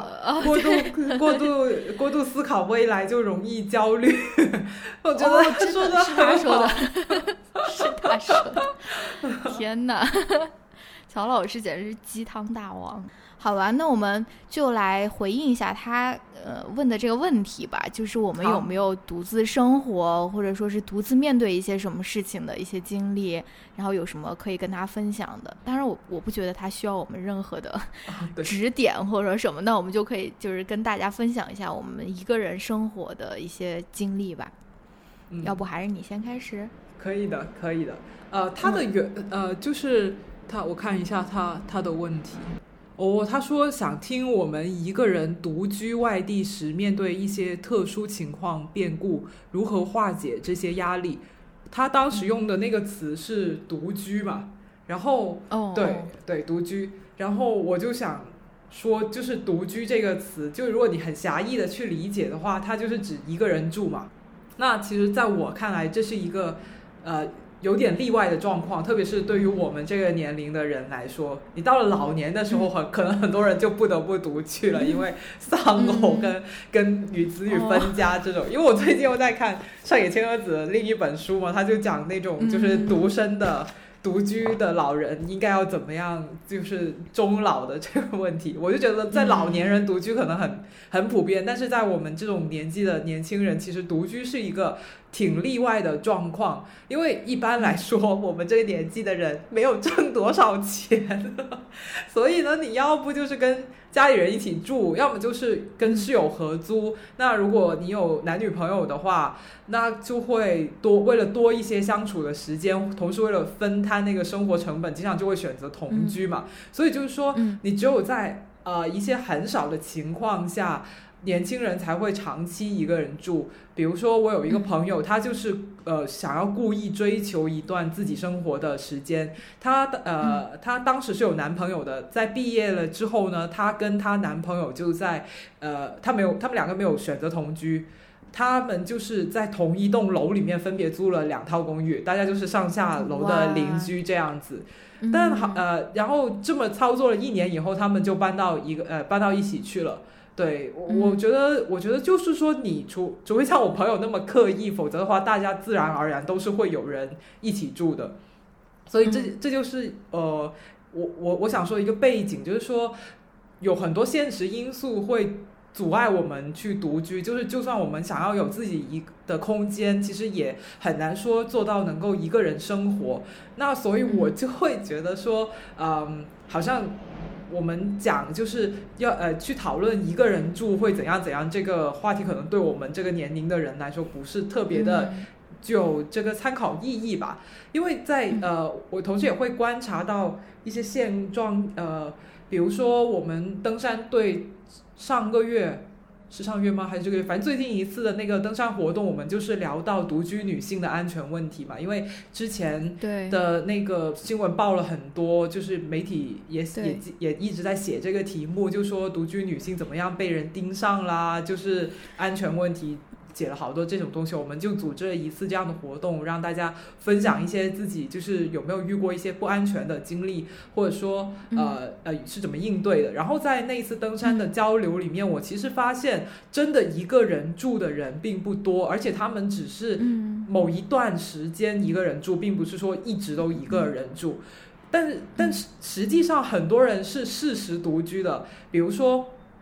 过度思考未来就容易焦虑。我觉得他说的很好， 是他说的。天哪，乔老师简直是鸡汤大王。好吧，那我们就来回应一下他问的这个问题吧，就是我们有没有独自生活，或者说是独自面对一些什么事情的一些经历，然后有什么可以跟他分享的。当然我不觉得他需要我们任何的指点或者什么，那我们就可以就是跟大家分享一下我们一个人生活的一些经历吧。要不还是你先开始？ 可以的。他的就是我看一下他的问题。他说想听我们一个人独居外地时面对一些特殊情况变故如何化解这些压力。他当时用的那个词是独居嘛，然后对独居，然后我就想说就是独居这个词，就如果你很狭义的去理解的话，它就是指一个人住嘛。那其实在我看来这是一个有点例外的状况，特别是对于我们这个年龄的人来说，你到了老年的时候可能很多人就不得不独居了，因为丧偶跟与子女分家这种。因为我最近又在看上野千鹤子的另一本书嘛，他就讲那种就是独身的独居的老人应该要怎么样就是终老的这个问题。我就觉得在老年人独居可能很普遍，但是在我们这种年纪的年轻人，其实独居是一个挺例外的状况。因为一般来说我们这个年纪的人没有挣多少钱所以呢你要不就是跟家里人一起住，要么就是跟室友合租。那如果你有男女朋友的话，那就会为了多一些相处的时间，同时为了分摊那个生活成本，经常就会选择同居嘛。所以就是说你只有在一些很少的情况下，年轻人才会长期一个人住。比如说我有一个朋友，他就是想要故意追求一段自己生活的时间。他当时是有男朋友的，在毕业了之后呢，他跟他男朋友就在他们两个没有选择同居，他们就是在同一栋楼里面分别租了2套公寓，大家就是上下楼的邻居这样子。但然后这么操作了1年以后，他们就搬到一起去了。对，我觉得就是说你除非像我朋友那么刻意，否则的话大家自然而然都是会有人一起住的。所以这就是我想说一个背景，就是说有很多现实因素会阻碍我们去独居，就算我们想要有自己的空间，其实也很难说做到能够一个人生活。那所以我就会觉得说好像我们讲就是要去讨论一个人住会怎样怎样，这个话题可能对我们这个年龄的人来说不是特别的具有这个参考意义吧。因为在我同时也会观察到一些现状，比如说我们登山队上个月是上月吗还是这个月，反正最近一次的那个登山活动，我们就是聊到独居女性的安全问题嘛。因为之前的那个新闻报了很多，就是媒体也一直在写这个题目，就说独居女性怎么样被人盯上啦，就是安全问题写了好多这种东西。我们就组织了一次这样的活动，让大家分享一些自己就是有没有遇过一些不安全的经历，或者说是怎么应对的。然后在那一次登山的交流里面，我其实发现真的一个人住的人并不多，而且他们只是某一段时间一个人住，并不是说一直都一个人住。但实际上很多人是适时独居的。比如说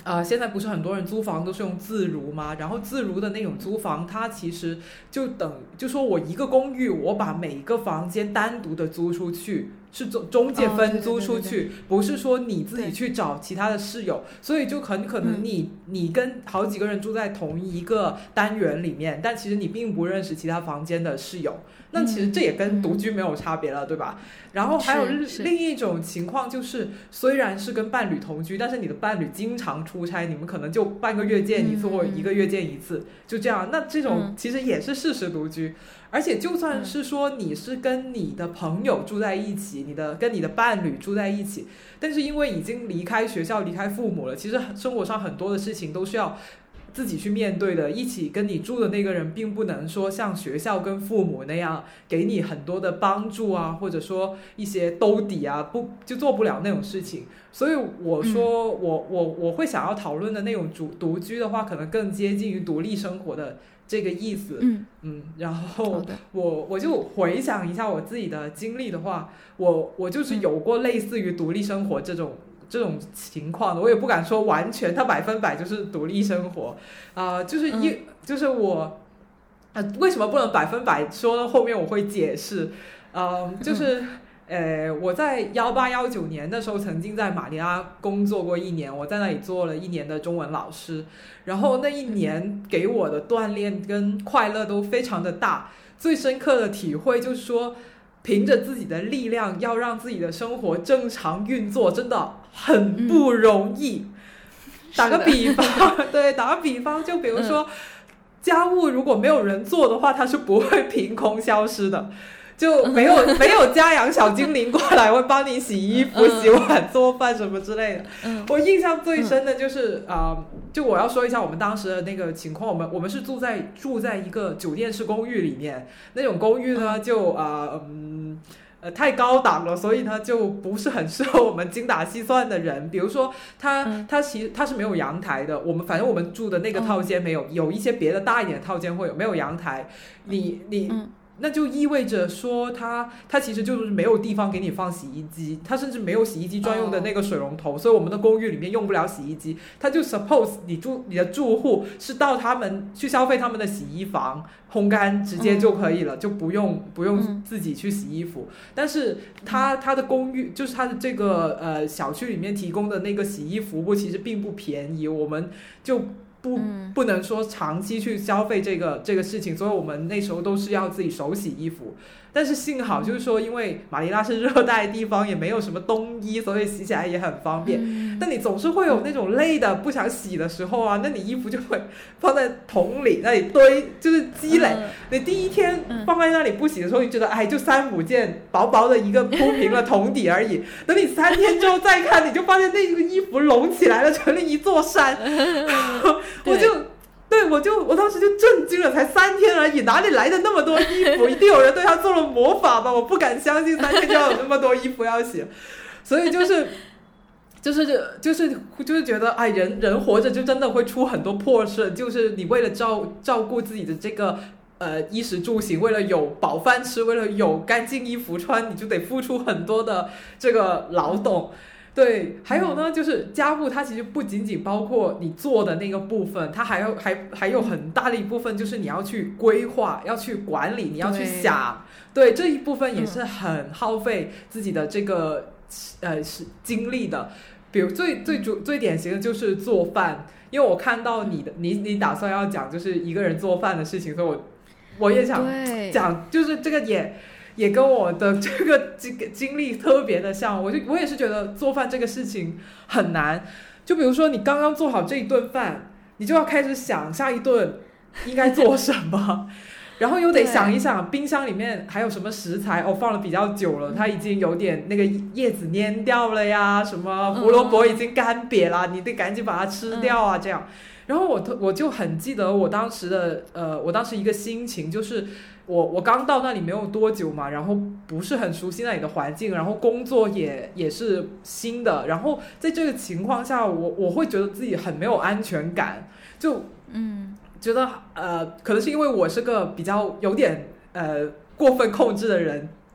现在不是很多人租房都是用自如吗？然后自如的那种租房，它其实就说我一个公寓，我把每一个房间单独的租出去，是中介分租出去，不是说你自己去找其他的室友，所以就很可能你跟好几个人住在同一个单元里面，但其实你并不认识其他房间的室友。那其实这也跟独居没有差别了，对吧？然后还有另一种情况就是，虽然是跟伴侣同居，但是你的伴侣经常出差，你们可能就半个月见一次或者1个月见一次，就这样。那这种其实也是事实独居。而且就算是说你是跟你的朋友住在一起，跟你的伴侣住在一起，但是因为已经离开学校离开父母了，其实生活上很多的事情都是要自己去面对的。一起跟你住的那个人并不能说像学校跟父母那样给你很多的帮助啊，或者说一些兜底啊，就做不了那种事情。所以我说我会想要讨论的那种独居的话，可能更接近于独立生活的这个意思。然后我就回想一下我自己的经历的话，我就是有过类似于独立生活这种情况的。我也不敢说完全它100%就是独立生活就是我为什么不能100%说呢？后面我会解释。就是我在18、19年的时候曾经在马尼拉工作过1年，我在那里做了1年的中文老师，然后那1年给我的锻炼跟快乐都非常的大。最深刻的体会就是说，凭着自己的力量要让自己的生活正常运作真的很不容易。打个比方就比如说家务如果没有人做的话，它是不会凭空消失的，就没有家养小精灵过来会帮你洗衣服、洗碗、做饭什么之类的。我印象最深的就是就我要说一下我们当时的那个情况，我们是住在一个酒店式公寓里面，那种公寓呢就太高档了，所以它就不是很适合我们精打细算的人。比如说它是没有阳台的，反正我们住的那个套间没有，有一些别的大一点的套间会有，没有阳台。那就意味着说它其实就是没有地方给你放洗衣机，它甚至没有洗衣机专用的那个水龙头，所以我们的公寓里面用不了洗衣机。它就 suppose 你的住户是到他们去消费他们的洗衣房烘干直接就可以了，就不用自己去洗衣服。但是它的公寓就是它的这个小区里面提供的那个洗衣服务其实并不便宜，我们就不能说长期去消费这个事情，所以我们那时候都是要自己手洗衣服。但是幸好就是说，因为马尼拉是热带地方，也没有什么冬衣，所以洗起来也很方便。但你总是会有那种累的不想洗的时候啊，那你衣服就会放在桶里那里堆，就是积累。你第一天放在那里不洗的时候，你觉得就3-5件薄薄的一个铺平了桶底而已。等你3天之后再看，你就发现那个衣服隆起来了，成了一座山。我当时就震惊了，才3天而已，哪里来的那么多衣服？一定有人对他做了魔法吧？我不敢相信3天就要有那么多衣服要洗。所以就是觉得人活着就真的会出很多破事，就是你为了照顾自己的这个衣食住行，为了有饱饭吃，为了有干净衣服穿，你就得付出很多的这个劳动。对，还有呢，就是家务它其实不仅仅包括你做的那个部分，它还有很大的一部分就是你要去规划，要去管理，你要去想。对，这一部分也是很耗费自己的这个精力的。比如最典型的就是做饭，因为我看到你打算要讲就是一个人做饭的事情，所以我也想讲，就是这个也跟我的这个经历特别的像。我也是觉得做饭这个事情很难。就比如说你刚刚做好这一顿饭，你就要开始想下一顿应该做什么，然后又得想一想冰箱里面还有什么食材，放了比较久了，它已经有点那个叶子蔫掉了呀，什么胡萝卜已经干瘪了，你得赶紧把它吃掉啊，这样。然后我就很记得我当时一个心情，就是我刚到那里没有多久嘛，然后不是很熟悉那里的环境，然后工作也是新的，然后在这个情况下我会觉得自己很没有安全感，就觉得可能是因为我是个比较有点过分控制的人，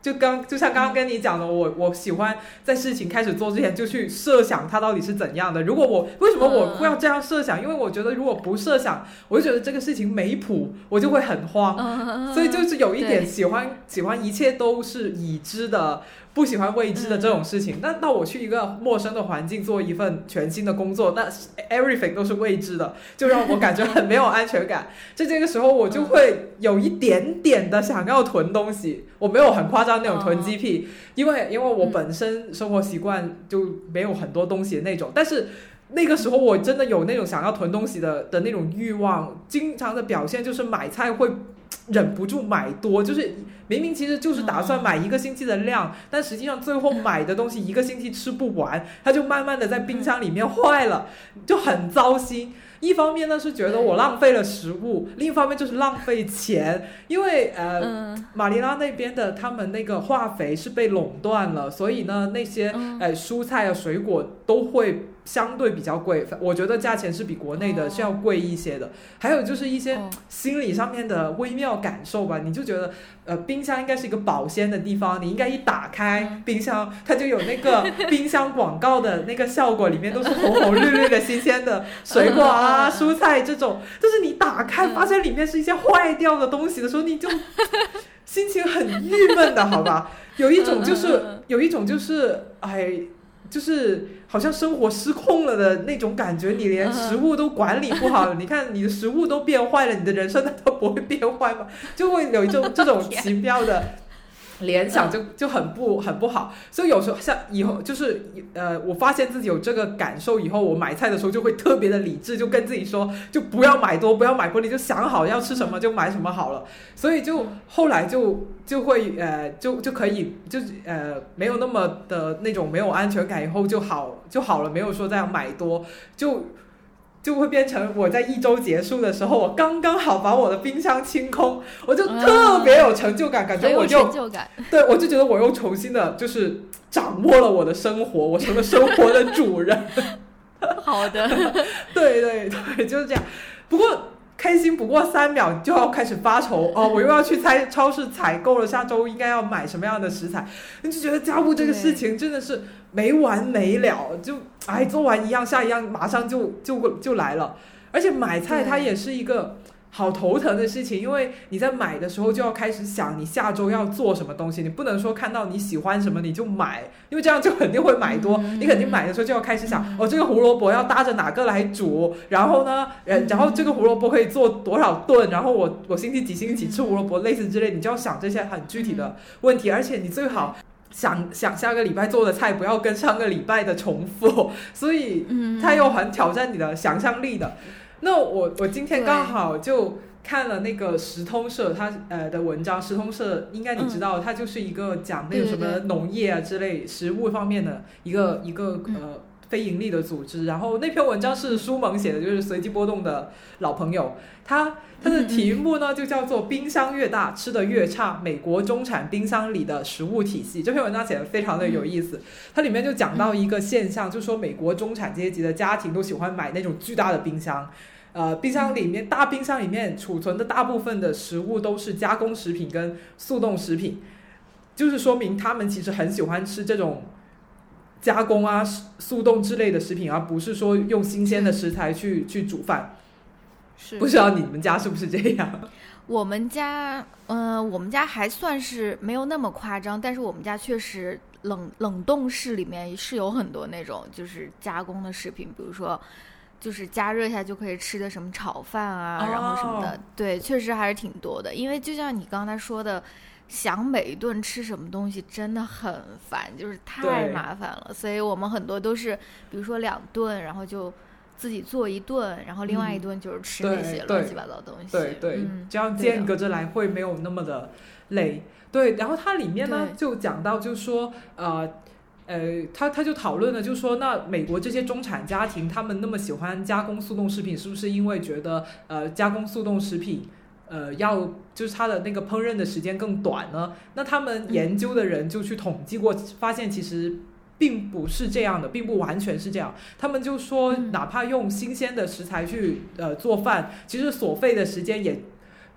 就像刚刚跟你讲的，我喜欢在事情开始做之前就去设想它到底是怎样的。如果为什么我会要这样设想？因为我觉得如果不设想，我就觉得这个事情没谱，我就会很慌。所以就是有一点喜欢一切都是已知的，不喜欢未知的这种事情。那我去一个陌生的环境做一份全新的工作，那 everything 都是未知的，就让我感觉很没有安全感。在这个时候我就会有一点点的想要囤东西，我没有很夸张那种囤积癖，因为我本身生活习惯就没有很多东西的那种，但是那个时候我真的有那种想要囤东西的那种欲望，经常的表现就是买菜会忍不住买多，就是明明其实就是打算买1个星期的量，但实际上最后买的东西1个星期吃不完，它就慢慢的在冰箱里面坏了，就很糟心。一方面呢是觉得我浪费了食物，另一方面就是浪费钱，因为马尼拉那边的他们那个化肥是被垄断了，所以呢那些蔬菜啊水果都会相对比较贵，我觉得价钱是比国内的是要贵一些的。还有就是一些心理上面的微妙感受吧，你就觉得冰箱应该是一个保鲜的地方，你应该一打开冰箱它就有那个冰箱广告的那个效果，里面都是红红绿绿的新鲜的水果啊蔬菜这种，就是你打开发现里面是一些坏掉的东西的时候，你就心情很郁闷的好吧。有一种就是就是好像生活失控了的那种感觉，你连食物都管理不好了，你看你的食物都变坏了，你的人生难道不会变坏吗？就会有一种这种奇妙的联想，就很不好。所以有时候像以后就是我发现自己有这个感受以后，我买菜的时候就会特别的理智，就跟自己说就不要买多不要买过，你就想好要吃什么就买什么好了。所以就后来就会就可以没有那么的那种没有安全感，以后就好了，没有说再买多，就会变成我在1周结束的时候，我刚刚好把我的冰箱清空，我就特别有成就感，感觉我就对，我就觉得我又重新的就是掌握了我的生活，我成了生活的主人。 好的， 对，就是这样。不过开心不过3秒就要开始发愁哦，我又要去超市采购了，下周应该要买什么样的食材，你就觉得家务这个事情真的是没完没了，就做完一样下一样马上就来了。而且买菜它也是一个好头疼的事情，因为你在买的时候就要开始想你下周要做什么东西，你不能说看到你喜欢什么你就买，因为这样就肯定会买多。你肯定买的时候就要开始想这个胡萝卜要搭着哪个来煮，然后呢然后这个胡萝卜可以做多少顿，然后我星期几吃胡萝卜类似之类，你就要想这些很具体的问题。而且你最好想下个礼拜做的菜不要跟上个礼拜的重复，所以它又很挑战你的想象力的。那我今天刚好就看了那个时通社他的文章，时通社应该你知道，它就是一个讲那个什么农业啊之类食物方面的一个非盈利的组织。然后那篇文章是舒萌写的，就是随机波动的老朋友，他的题目呢就叫做冰箱越大吃得越差，美国中产冰箱里的食物体系。这篇文章写得非常的有意思，它里面就讲到一个现象，就是说美国中产阶级的家庭都喜欢买那种巨大的冰箱，冰箱里面大冰箱里面储存的大部分的食物都是加工食品跟速冻食品，就是说明他们其实很喜欢吃这种加工啊速冻之类的食品，而不是说用新鲜的食材去煮饭。是不知道你们家是不是这样？ 我们家还算是没有那么夸张，但是我们家确实冷冻室里面是有很多那种就是加工的食品，比如说就是加热一下就可以吃的什么炒饭啊，然后什么的，对，确实还是挺多的。因为就像你刚才说的，想每一顿吃什么东西真的很烦，就是太麻烦了，所以我们很多都是比如说2顿，然后就自己做1顿，然后另外1顿就是吃那些乱七八糟的东西。 对，这样间隔着来会没有那么的累。对，然后它里面呢就讲到，就说他就讨论了，就说那美国这些中产家庭他们那么喜欢加工速冻食品，是不是因为觉得加工速冻食品就是它的那个烹饪的时间更短呢？那他们研究的人就去统计过，发现其实并不是这样的，并不完全是这样。他们就说哪怕用新鲜的食材去做饭，其实所费的时间也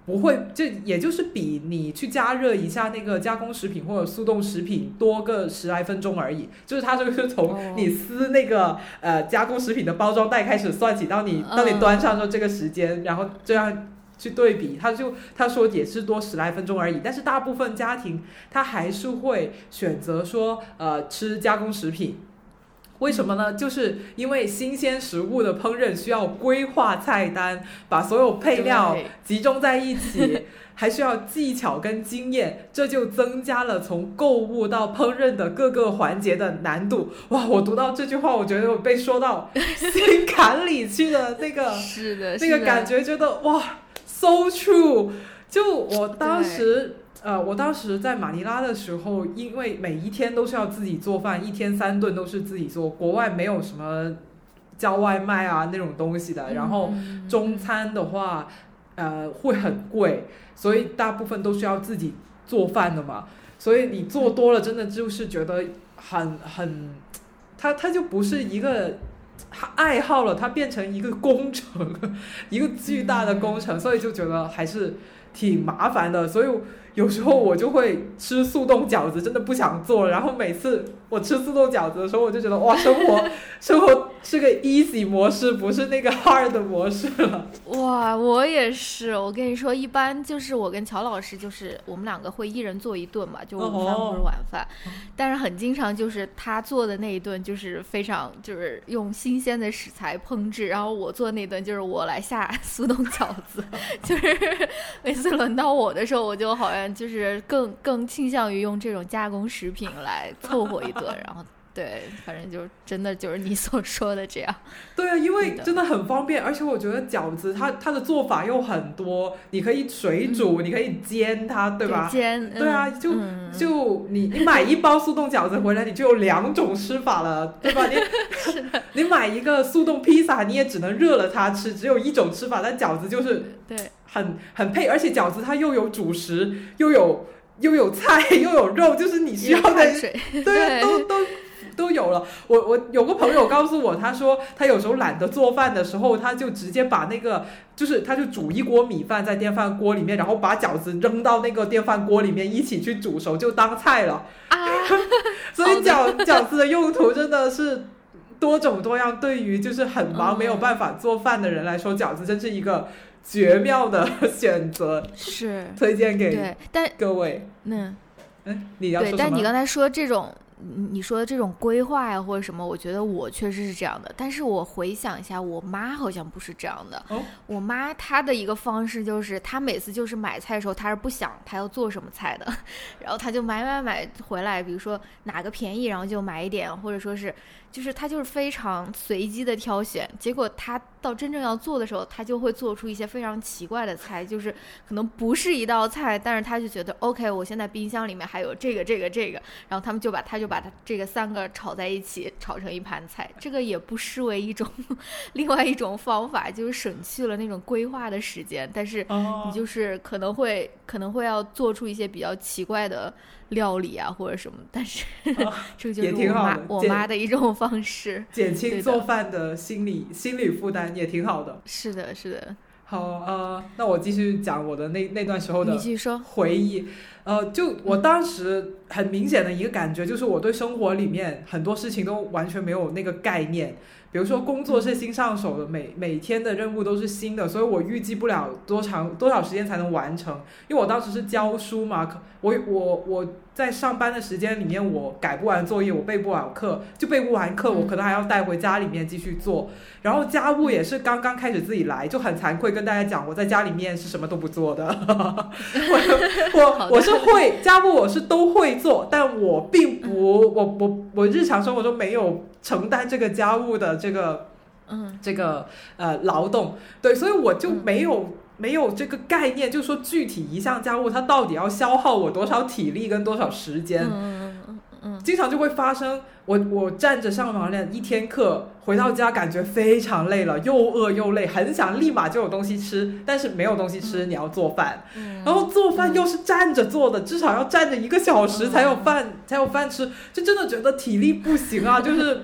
不会，这也就是比你去加热一下那个加工食品或者速冻食品多个10来分钟而已，就是它这个是从你撕那个加工食品的包装袋开始算起，到你端上的这个时间，然后这样去对比，他说也是多10来分钟而已，但是大部分家庭他还是会选择说吃加工食品。为什么呢？就是因为新鲜食物的烹饪需要规划菜单，把所有配料集中在一起，还需要技巧跟经验，这就增加了从购物到烹饪的各个环节的难度。哇，我读到这句话，我觉得我被说到心坎里去的那个是的， 那个感觉，觉得哇 so true。 就我当时在马尼拉的时候，因为每一天都是要自己做饭，一天3顿都是自己做，国外没有什么叫外卖啊那种东西的，然后中餐的话会很贵，所以大部分都是要自己做饭的嘛，所以你做多了真的就是觉得它就不是一个爱好了，它变成一个工程，一个巨大的工程，所以就觉得还是挺麻烦的。所以有时候我就会吃速冻饺子，真的不想做了，然后每次我吃速冻饺子的时候，我就觉得哇，生活是个 easy 模式，不是那个 hard 的模式了。 哇，我也是。我跟你说，一般就是我跟乔老师，就是我们2个会一人做一顿嘛，就午饭或者晚饭，但是很经常就是他做的那一顿就是非常就是用新鲜的食材烹制，然后我做的那顿就是我来下速冻饺子，就是每次轮到我的时候，我就好像就是更倾向于用这种加工食品来凑合一顿，然后对，反正就真的就是你所说的这样。 对啊，因为真的很方便，而且我觉得饺子它的做法又很多，你可以水煮，你可以煎它，对吧？ 煎， 对啊，就你买一包速冻饺子回来，你就有2种吃法了，对吧？你买一个速冻披萨，你也只能热了它吃，只有1种吃法，但饺子就是对很配，而且饺子它又有主食，又有菜，又有肉，就是你需要的，对，都有了。我有个朋友告诉我，他说他有时候懒得做饭的时候，他就直接把那个他就煮一锅米饭在电饭锅里面，然后把饺子扔到那个电饭锅里面一起去煮熟，就当菜了啊。所以饺子的用途真的是多种多样，对于就是很忙没有办法做饭的人来说，饺子真是一个绝妙的选择， 是推荐给各位。你要说什么？ 对，但你刚才说这种你说的这种规划呀或者什么，我觉得我确实是这样的，但是我回想一下，我妈好像不是这样的。我妈她的一个方式就是，她每次就是买菜的时候，她是不想她要做什么菜的，然后她就买回来，比如说哪个便宜，然后就买一点，或者说是就是她就是非常随机的挑选，结果她到真正要做的时候，她就会做出一些非常奇怪的菜，就是可能不是一道菜，但是她就觉得 OK， 我现在冰箱里面还有这个，然后他们就把它这个3个炒在一起，炒成一盘菜，这个也不失为一种另外一种方法，就是省去了那种规划的时间，但是你就是可能会要做出一些比较奇怪的料理啊或者什么，但是这个就是我妈的一种方式， 减轻做饭的心理负担也挺好的。 是的。 好，那我继续讲我的那段时候的回忆。就我当时很明显的一个感觉，就是我对生活里面很多事情都完全没有那个概念。比如说工作是新上手的，每天的任务都是新的，所以我预计不了多少时间才能完成。因为我当时是教书嘛，我在上班的时间里面，我改不完作业，我背不完课，我可能还要带回家里面继续做。然后家务也是刚刚开始自己来，就很惭愧跟大家讲，我在家里面是什么都不做的。我是会家务，我是都会做，但我并不我日常生活中没有承担这个家务的这个劳动，对，所以我就没有这个概念，就是说具体一项家务它到底要消耗我多少体力跟多少时间。经常就会发生我站着上完了1天课，回到家感觉非常累了，又饿又累，很想立马就有东西吃，但是没有东西吃，你要做饭，然后做饭又是站着做的，至少要站着1个小时才有饭吃，就真的觉得体力不行啊，就是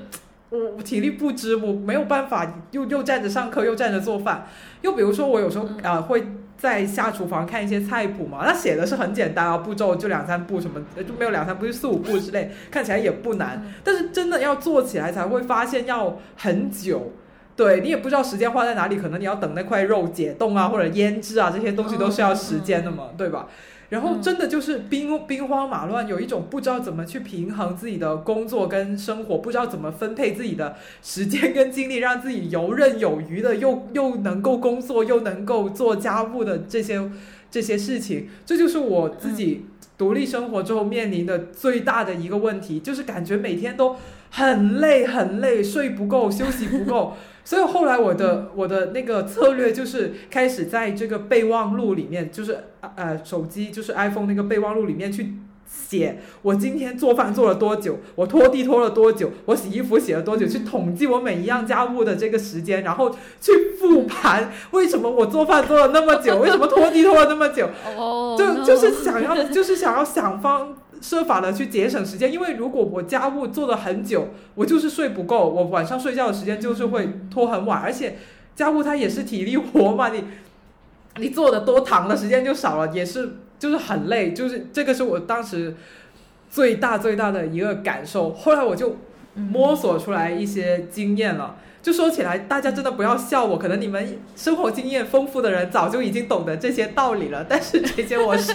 我体力不支，我没有办法又站着上课又站着做饭。又比如说我有时候会在下厨房看一些菜谱嘛，那写的是很简单啊，步骤就2-3步什么，就没有2-3步就4-5步之类，看起来也不难，但是真的要做起来才会发现要很久。对，你也不知道时间花在哪里，可能你要等那块肉解冻啊，或者腌制啊，这些东西都是要时间的嘛，对吧？然后真的就是兵荒马乱，有一种不知道怎么去平衡自己的工作跟生活，不知道怎么分配自己的时间跟精力，让自己游刃有余的又能够工作又能够做家务的这些事情。这就是我自己独立生活之后面临的最大的一个问题，就是感觉每天都很累，睡不够，休息不够。所以后来我的那个策略就是开始在这个备忘录里面，就是手机就是 iPhone 那个备忘录里面去写我今天做饭做了多久，我拖地拖了多久，我洗衣服洗了多久，去统计我每一样家务的这个时间，然后去复盘为什么我做饭做了那么久，为什么拖地拖了那么久，就是想要想方设法的去节省时间。因为如果我家务做了很久，我就是睡不够，我晚上睡觉的时间就是会拖很晚，而且家务它也是体力活嘛，你做的多长的时间就少了，也是就是很累，就是这个是我当时最大的一个感受。后来我就摸索出来一些经验了。就说起来大家真的不要笑我，可能你们生活经验丰富的人早就已经懂得这些道理了，但是这些我是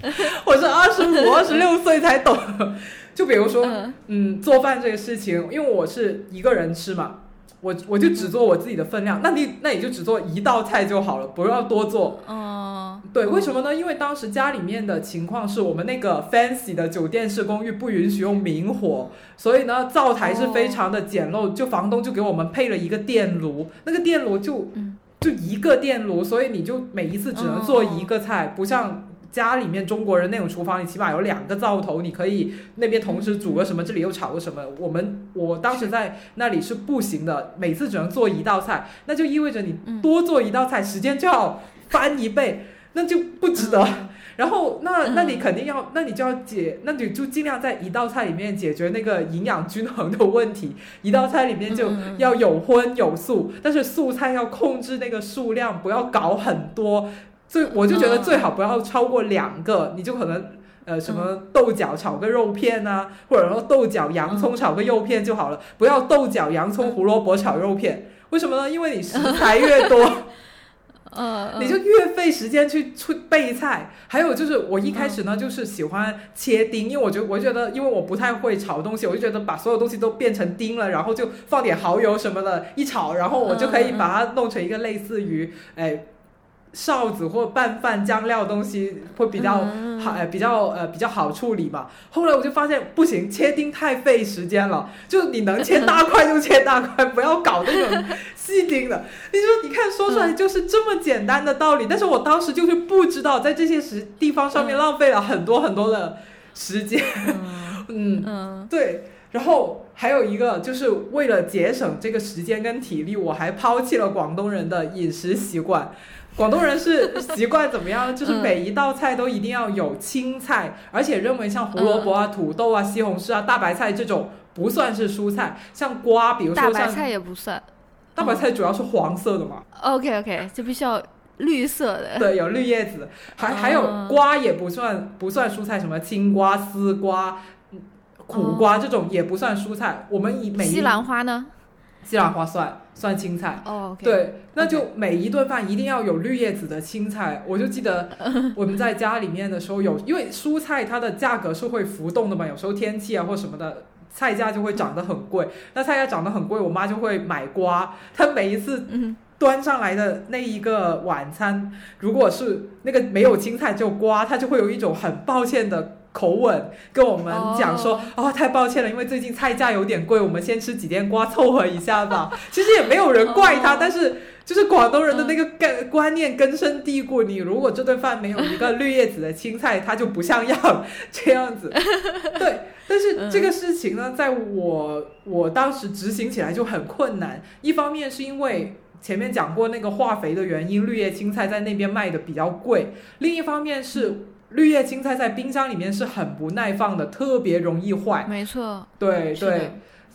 25、26岁才懂。就比如说做饭这个事情，因为我是一个人吃嘛，我就只做我自己的分量，那你就只做一道菜就好了，不要多做。对，为什么呢？因为当时家里面的情况是我们那个 fancy 的酒店式公寓不允许用明火，所以呢灶台是非常的简陋，就房东就给我们配了一个电炉，那个电炉就一个电炉，所以你就每一次只能做一个菜，不像家里面中国人那种厨房，你起码有2个灶头，你可以那边同时煮个什么，这里又炒个什么。我当时在那里是不行的，每次只能做一道菜，那就意味着你多做一道菜，时间就要翻1倍，那就不值得。然后那你肯定要，那你就尽量在一道菜里面解决那个营养均衡的问题。一道菜里面就要有荤有素，但是素菜要控制那个数量，不要搞很多。所以我就觉得最好不要超过2个，你就可能什么豆角炒个肉片啊，或者说豆角洋葱炒个肉片就好了，不要豆角洋葱胡萝卜炒肉片。为什么呢？因为你食材越多你就越费时间去备菜。还有就是我一开始呢就是喜欢切丁，因为我觉得因为我不太会炒东西，我就觉得把所有东西都变成丁了，然后就放点蚝油什么的一炒，然后我就可以把它弄成一个类似于臊子或拌饭酱料的东西，会比较好处理嘛。后来我就发现不行，切丁太费时间了，就你能切大块就切大块，不要搞那种细丁的。你看说出来就是这么简单的道理，但是我当时就是不知道在这些地方上面浪费了很多很多的时间。对。然后还有一个就是为了节省这个时间跟体力，我还抛弃了广东人的饮食习惯。广东人是习惯怎么样？就是每一道菜都一定要有青菜，而且认为像胡萝卜啊、土豆啊、西红柿啊、大白菜这种不算是蔬菜，像瓜，比如说像大白菜也不算， 大白菜主要是黄色的嘛。 OK， 就必须要绿色的。 对，有绿叶子。还有瓜也不算蔬菜，什么青瓜、丝瓜、苦瓜这种也不算蔬菜。我们西兰花呢？ 西兰花算青菜。 OK， 对，那就每一顿饭一定要有绿叶子的青菜。我就记得我们在家里面的时候因为蔬菜它的价格是会浮动的嘛，有时候天气啊或什么的，菜价就会涨得很贵。那菜价涨得很贵，我妈就会买瓜。她每一次端上来的那一个晚餐，如果是那个没有青菜就瓜，她就会有一种很抱歉的口吻跟我们讲说太抱歉了，因为最近菜价有点贵，我们先吃几片瓜凑合一下吧。其实也没有人怪他，但是就是广东人的那个观念根深蒂固，你如果这顿饭没有一个绿叶子的青菜，它就不像样这样子。对，但是这个事情呢，在我当时执行起来就很困难。一方面是因为前面讲过那个化肥的原因，绿叶青菜在那边卖的比较贵，另一方面是绿叶青菜在冰箱里面是很不耐放的，特别容易坏。 没错， 对对，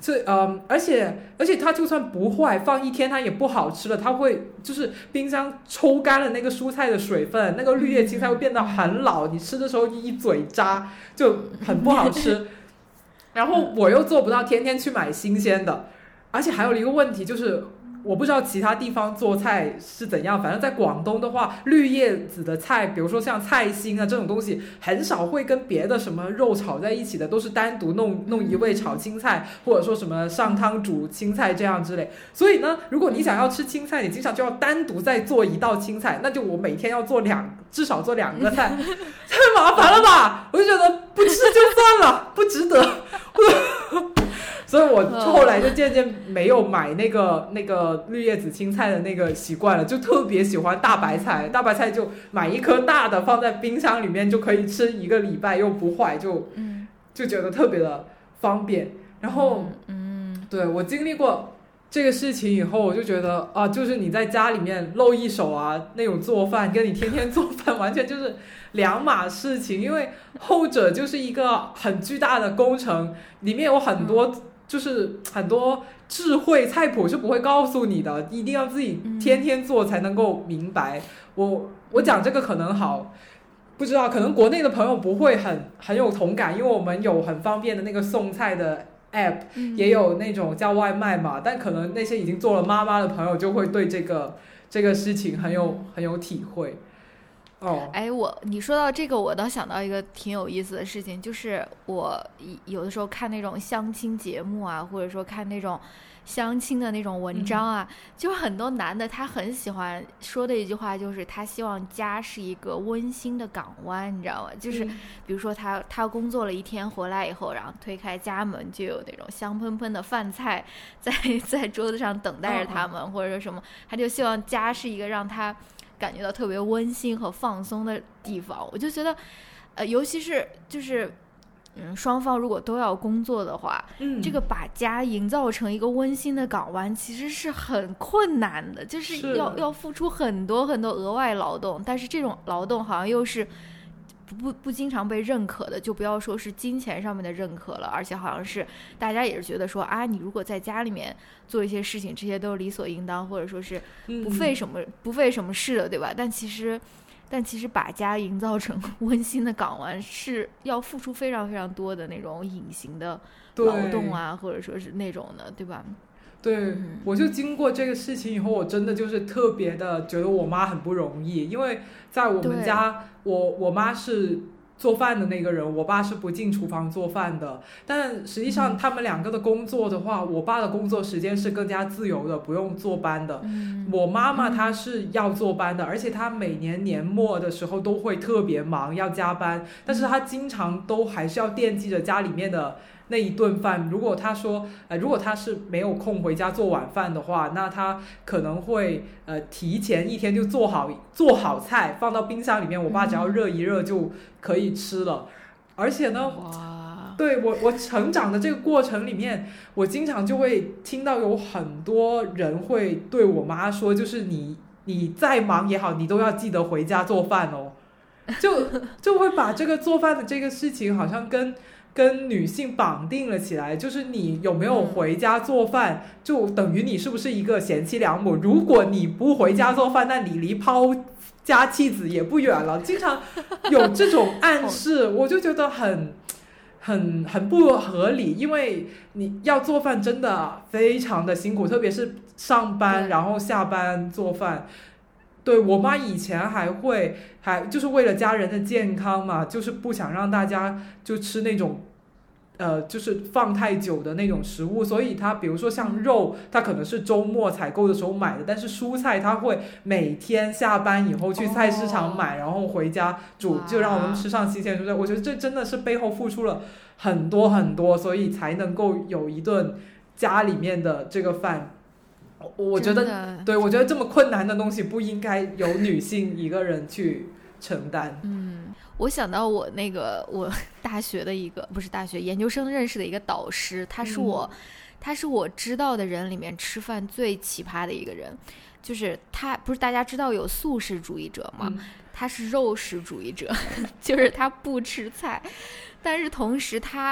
而且它就算不坏，放一天它也不好吃了，它会就是冰箱抽干了那个蔬菜的水分，那个绿叶青菜会变得很老，你吃的时候一嘴渣，就很不好吃。然后我又做不到天天去买新鲜的，而且还有一个问题就是。我不知道其他地方做菜是怎样，反正在广东的话，绿叶子的菜，比如说像菜心啊这种东西，很少会跟别的什么肉炒在一起的，都是单独弄一味炒青菜，或者说什么上汤煮青菜这样之类。所以呢，如果你想要吃青菜，你经常就要单独再做一道青菜，那就我每天要至少做2个菜，太麻烦了吧？我就觉得不吃就算了，不值得。所以我后来就渐渐没有买那个绿叶子青菜的那个习惯了，就特别喜欢大白菜，大白菜就买一颗大的放在冰箱里面就可以吃1个礼拜又不坏，就觉得特别的方便。然后对，我经历过这个事情以后，我就觉得啊，就是你在家里面露一手啊，那种做饭跟你天天做饭完全就是两码事情，因为后者就是一个很巨大的工程，里面有很多就是很多智慧菜谱是不会告诉你的，一定要自己天天做才能够明白。我讲这个可能好，不知道可能国内的朋友不会很有同感，因为我们有很方便的那个送菜的 app，也有那种叫外卖嘛，但可能那些已经做了妈妈的朋友就会对这个事情很有体会。 哎，你说到这个，我倒想到一个挺有意思的事情，就是我有的时候看那种相亲节目啊，或者说看那种相亲的那种文章啊，就很多男的他很喜欢说的一句话，就是他希望家是一个温馨的港湾，你知道吗？就是比如说他工作了一天回来以后，然后推开家门就有那种香喷喷的饭菜在桌子上等待着他们，或者说什么，他就希望家是一个让他感觉到特别温馨和放松的地方。我就觉得尤其是就是双方如果都要工作的话，这个把家营造成一个温馨的港湾其实是很困难的，就是要付出很多很多额外劳动，但是这种劳动好像又是不经常被认可的，就不要说是金钱上面的认可了，而且好像是大家也是觉得说啊，你如果在家里面做一些事情，这些都是理所应当，或者说是不费什么事的，对吧？但其实把家营造成温馨的港湾是要付出非常非常多的那种隐形的劳动啊，或者说是那种的，对吧？ 对，我就经过这个事情以后，我真的就是特别的觉得我妈很不容易，因为在我们家，我妈是做饭的那个人，我爸是不进厨房做饭的。但实际上他们2个的工作的话，我爸的工作时间是更加自由的，不用坐班的。我妈妈她是要坐班的，而且她每年年末的时候都会特别忙，要加班，但是她经常都还是要惦记着家里面的那一顿饭。如果他是没有空回家做晚饭的话，那他可能会提前1天就做好菜放到冰箱里面，我爸只要热一热就可以吃了。而且呢，对我成长的这个过程里面，我经常就会听到有很多人会对我妈说，就是你再忙也好，你都要记得回家做饭哦。就会把这个做饭的这个事情好像跟女性绑定了起来，就是你有没有回家做饭，就等于你是不是一个贤妻良母。如果你不回家做饭，那你离抛家弃子也不远了。经常有这种暗示，我就觉得很不合理，因为你要做饭真的非常的辛苦，特别是上班然后下班做饭。对，我妈以前还就是为了家人的健康嘛，就是不想让大家就吃那种就是放太久的那种食物，所以她比如说像肉，她可能是周末采购的时候买的，但是蔬菜她会每天下班以后去菜市场买，然后回家煮，就让我们吃上新鲜蔬菜。我觉得这真的是背后付出了很多很多，所以才能够有一顿家里面的这个饭。我觉得这么困难的东西不应该由女性一个人去承担。 我想到我大学的研究生认识的一个导师，他是我知道的人里面吃饭最奇葩的一个人。就是他不是大家知道有素食主义者吗？他是肉食主义者，就是他不吃菜，但是同时他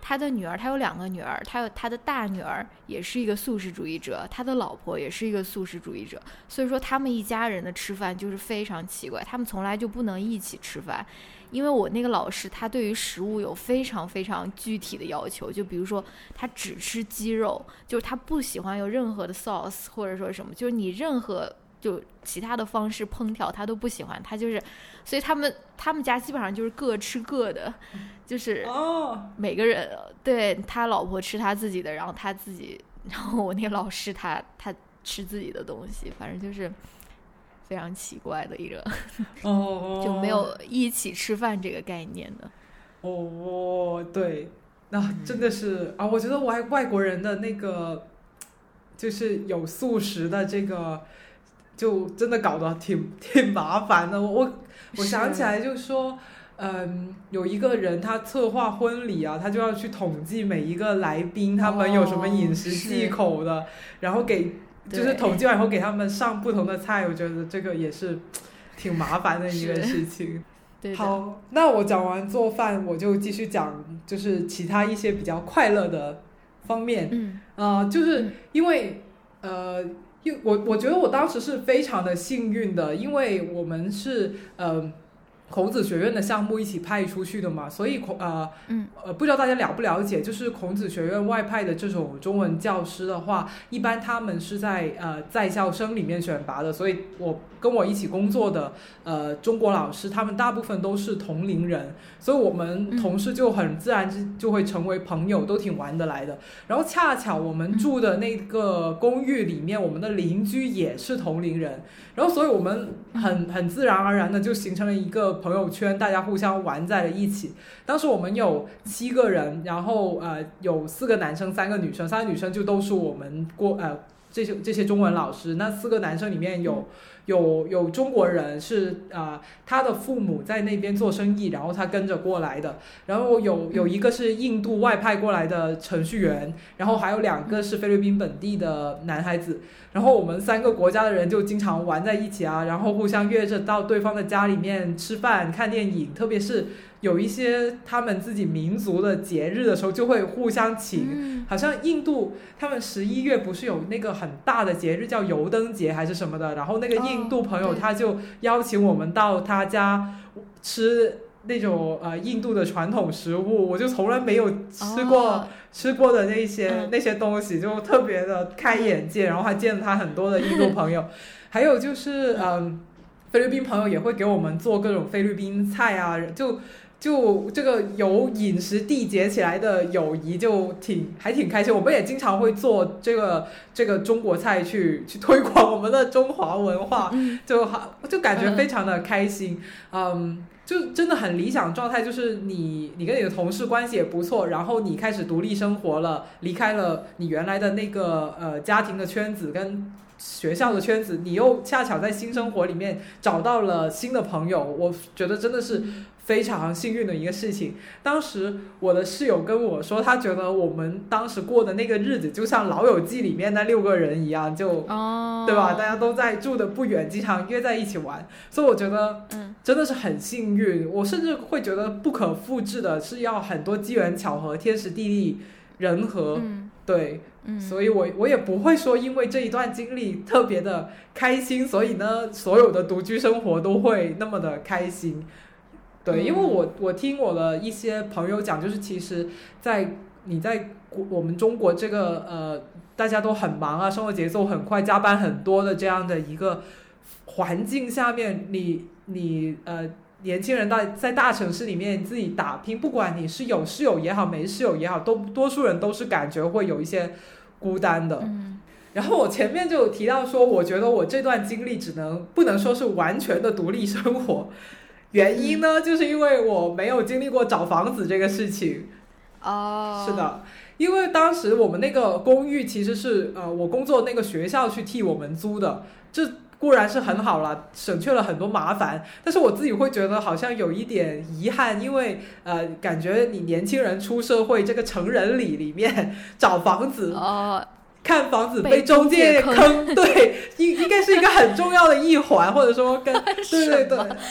他的女儿，他有2个女儿，他的大女儿也是一个素食主义者，他的老婆也是一个素食主义者，所以说他们一家人的吃饭就是非常奇怪，他们从来就不能一起吃饭。因为我那个老师他对于食物有非常非常具体的要求，就比如说他只吃鸡肉，就是他不喜欢有任何的 sauce 或者说什么，就是你任何就其他的方式烹调他都不喜欢，他就是，所以他们家基本上就是各吃各的，就是每个人对他老婆吃他自己的，然后他自己，然后我那个老师他吃自己的东西，反正就是非常奇怪的一个就没有一起吃饭这个概念的。 对，那真的是啊，我觉得外国人的那个就是有素食的这个就真的搞得挺麻烦的。我想起来就是说有一个人他策划婚礼啊，他就要去统计每一个来宾他们有什么饮食忌口的，然后就是统计完以后给他们上不同的菜，我觉得这个也是挺麻烦的一个事情。好，那我讲完做饭，我就继续讲就是其他一些比较快乐的方面。就是因为我觉得我当时是非常的幸运的，因为我们是孔子学院的项目一起派出去的嘛，所以不知道大家了不了解，就是孔子学院外派的这种中文教师的话，一般他们是在校生里面选拔的，所以跟我一起工作的中国老师，他们大部分都是同龄人，所以我们同事就很自然就会成为朋友，都挺玩得来的。然后恰巧我们住的那个公寓里面，我们的邻居也是同龄人，然后所以我们很自然而然的就形成了一个朋友圈，大家互相玩在了一起。当时我们有7个人，然后有4个男生3个女生，3个女生就都是我们这些中文老师。那4个男生里面有中国人是他的父母在那边做生意，然后他跟着过来的，然后有一个是印度外派过来的程序员，然后还有2个是菲律宾本地的男孩子，然后我们3个国家的人就经常玩在一起啊，然后互相约着到对方的家里面吃饭看电影，特别是有一些他们自己民族的节日的时候就会互相请，好像印度他们11月不是有那个很大的节日叫油灯节还是什么的，然后那个印度朋友他就邀请我们到他家吃那种印度的传统食物，我就从来没有吃过的那些东西，就特别的开眼界，然后还见了他很多的印度朋友还有就是菲律宾朋友也会给我们做各种菲律宾菜啊，就这个由饮食缔结起来的友谊就还挺开心。我们也经常会做这个中国菜去推广我们的中华文化，就感觉非常的开心。就真的很理想状态，就是你跟你的同事关系也不错，然后你开始独立生活了，离开了你原来的那个家庭的圈子跟学校的圈子，你又恰巧在新生活里面找到了新的朋友，我觉得真的是非常幸运的一个事情。当时我的室友跟我说，他觉得我们当时过的那个日子就像老友记里面那6个人一样，对吧，大家都在住的不远，经常约在一起玩，所以我觉得真的是很幸运。我甚至会觉得不可复制的是要很多机缘巧合，天时地利人和，对，所以我也不会说因为这一段经历特别的开心，所以呢所有的独居生活都会那么的开心。对，因为我听我的一些朋友讲，就是其实你在我们中国这个大家都很忙啊，生活节奏很快，加班很多的这样的一个环境下面，你年轻人在大城市里面自己打拼，不管你是有室友也好没室友也好，多数人都是感觉会有一些孤单的。然后我前面就有提到说，我觉得我这段经历不能说是完全的独立生活，原因呢就是因为我没有经历过找房子这个事情。是的，因为当时我们那个公寓其实是我工作那个学校去替我们租的，这固然是很好了，省去了很多麻烦，但是我自己会觉得好像有一点遗憾，因为感觉你年轻人出社会这个成人礼里面找房子看房子被中介坑，对，应该是一个很重要的一环，或者说对，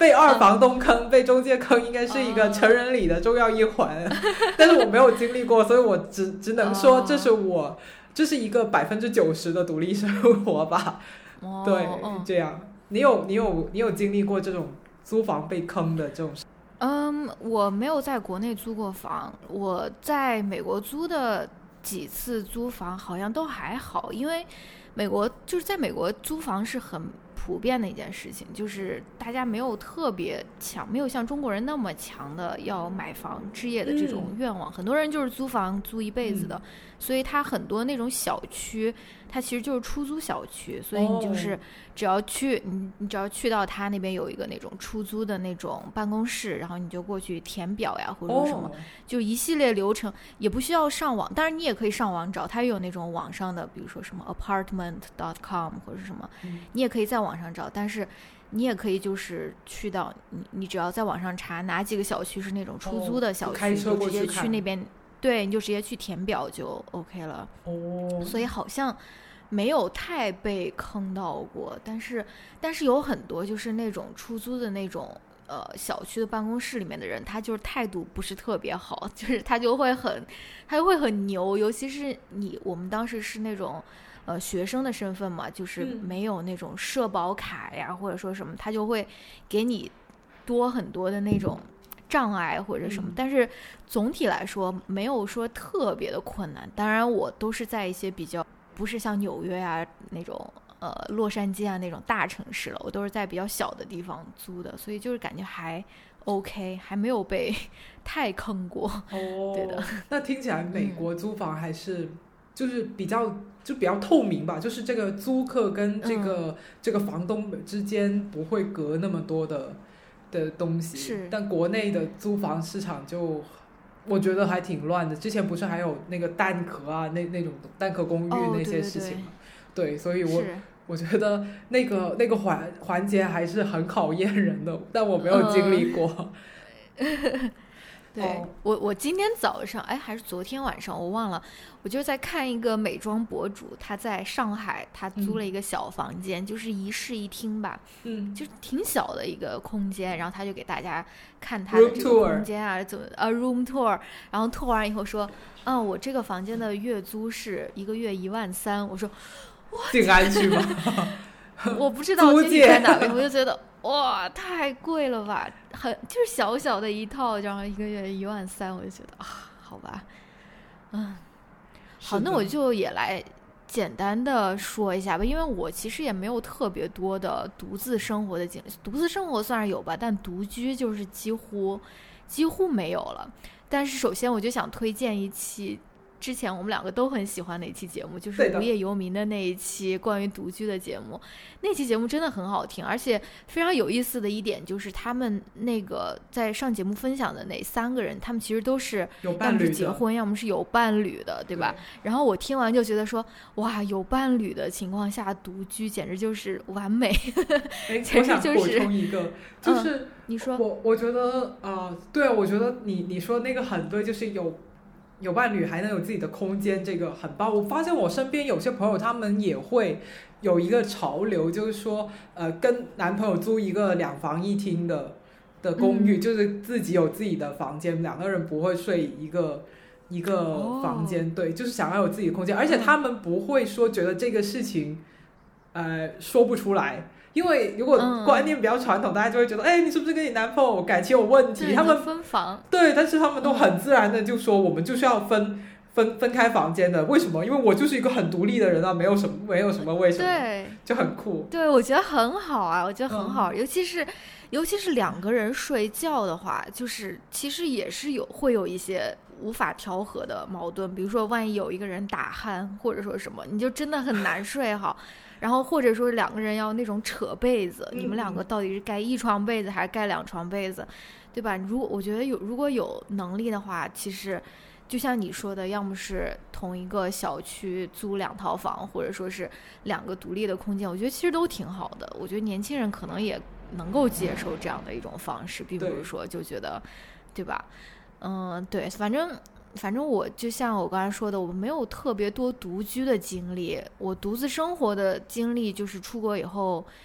被二房东坑被中介坑应该是一个成人礼的重要一环，但是我没有经历过，所以我只能说这是一个90%的独立生活吧。对，这样。你有经历过这种租房被坑的这种事？ 我没有在国内租过房，我在美国租的几次租房好像都还好，因为在美国租房是很普遍的一件事情，就是大家没有特别强，没有像中国人那么强的要买房置业的这种愿望，很多人就是租房租一辈子的，所以它很多那种小区它其实就是出租小区，所以你就是只要去到他那边有一个那种出租的那种办公室，然后你就过去填表呀或者什么，就一系列流程，也不需要上网，当然你也可以上网找，它也有那种网上的比如说什么 apartment.com 或者什么，你也可以在网上找，但是你也可以就是去到你只要在网上查哪几个小区是那种出租的小区， 开车就直接去那边，对，你就直接去填表就 OK 了。所以好像没有太被坑到过，但是有很多就是那种出租的那种小区的办公室里面的人，他就是态度不是特别好，就是他就会很牛，尤其是我们当时是那种学生的身份嘛，就是没有那种社保卡呀，或者说什么，他就会给你多很多的那种障碍或者什么，但是总体来说没有说特别的困难。当然我都是在一些比较不是像纽约啊那种洛杉矶啊那种大城市了，我都是在比较小的地方租的，所以就是感觉还 OK， 还没有被太坑过。对的。 那听起来美国租房还是就是比较透明吧，就是这个租客跟这个房东之间不会隔那么多的东西， 是。 但国内的租房市场就我觉得还挺乱的，之前不是还有那个蛋壳啊那种蛋壳公寓那些事情吗？对，所以我觉得那个环节还是很考验人的，但我没有经历过。 对，我今天早上还是昨天晚上我忘了，我就在看一个美妆博主，他在上海他租了一个小房间，就是一室一厅吧，就是挺小的一个空间，然后他就给大家看他的这个空间啊，怎么room tour， 然后 tour 完以后说我这个房间的月租是1个月13000，我说静安区吗？ 我不知道具体在哪边，我就觉得哇太贵了吧，就是小小的一套，然后1个月13000，我就觉得好吧，好，那我就也来简单的说一下吧，因为我其实也没有特别多的独自生活的经历，独自生活算是有吧，但独居就是几乎没有了。但是首先我就想推荐一期之前我们两个都很喜欢的一期节目，就是无业游民的那一期关于独居的节目。那期节目真的很好听，而且非常有意思的一点就是他们那个在上节目分享的那3个人，他们其实都是要么是结婚要么是有伴侣的，对吧？然后我听完就觉得说哇，有伴侣的情况下独居简直就是完美。 我想补充一个，就是你说我觉得对，我觉得你说那个很对，就是有伴侣还能有自己的空间，这个很棒。我发现我身边有些朋友他们也会有一个潮流，就是说跟男朋友租一个2房1厅的公寓，就是自己有自己的房间，2个人不会睡一个房间，对，就是想要有自己的空间，而且他们不会说觉得这个事情说不出来。因为如果观念比较传统，大家就会觉得你是不是跟你男朋友感情有问题，他们分房， 对，但是他们都很自然的就说我们就是要分开房间的。为什么？因为我就是一个很独立的人啊，没有什么为什么， 对， 就很酷。 对，我觉得很好啊，我觉得很好，尤其是2个人睡觉的话，就是其实也是会有一些无法调和的矛盾，比如说万一有一个人打鼾或者说什么，你就真的很难睡好。然后或者说2个人要那种扯被子，你们2个到底是盖1床被子还是盖2床被子，对吧？我觉得如果有能力的话，其实就像你说的，要么是同一个小区租2套房，或者说是2个独立的空间，我觉得其实都挺好的。我觉得年轻人可能也能够接受这样的一种方式，并不是说就觉得，对吧？对，反正我就像我刚才说的，我没有特别多独居的经历，我独自生活的经历就是出国以后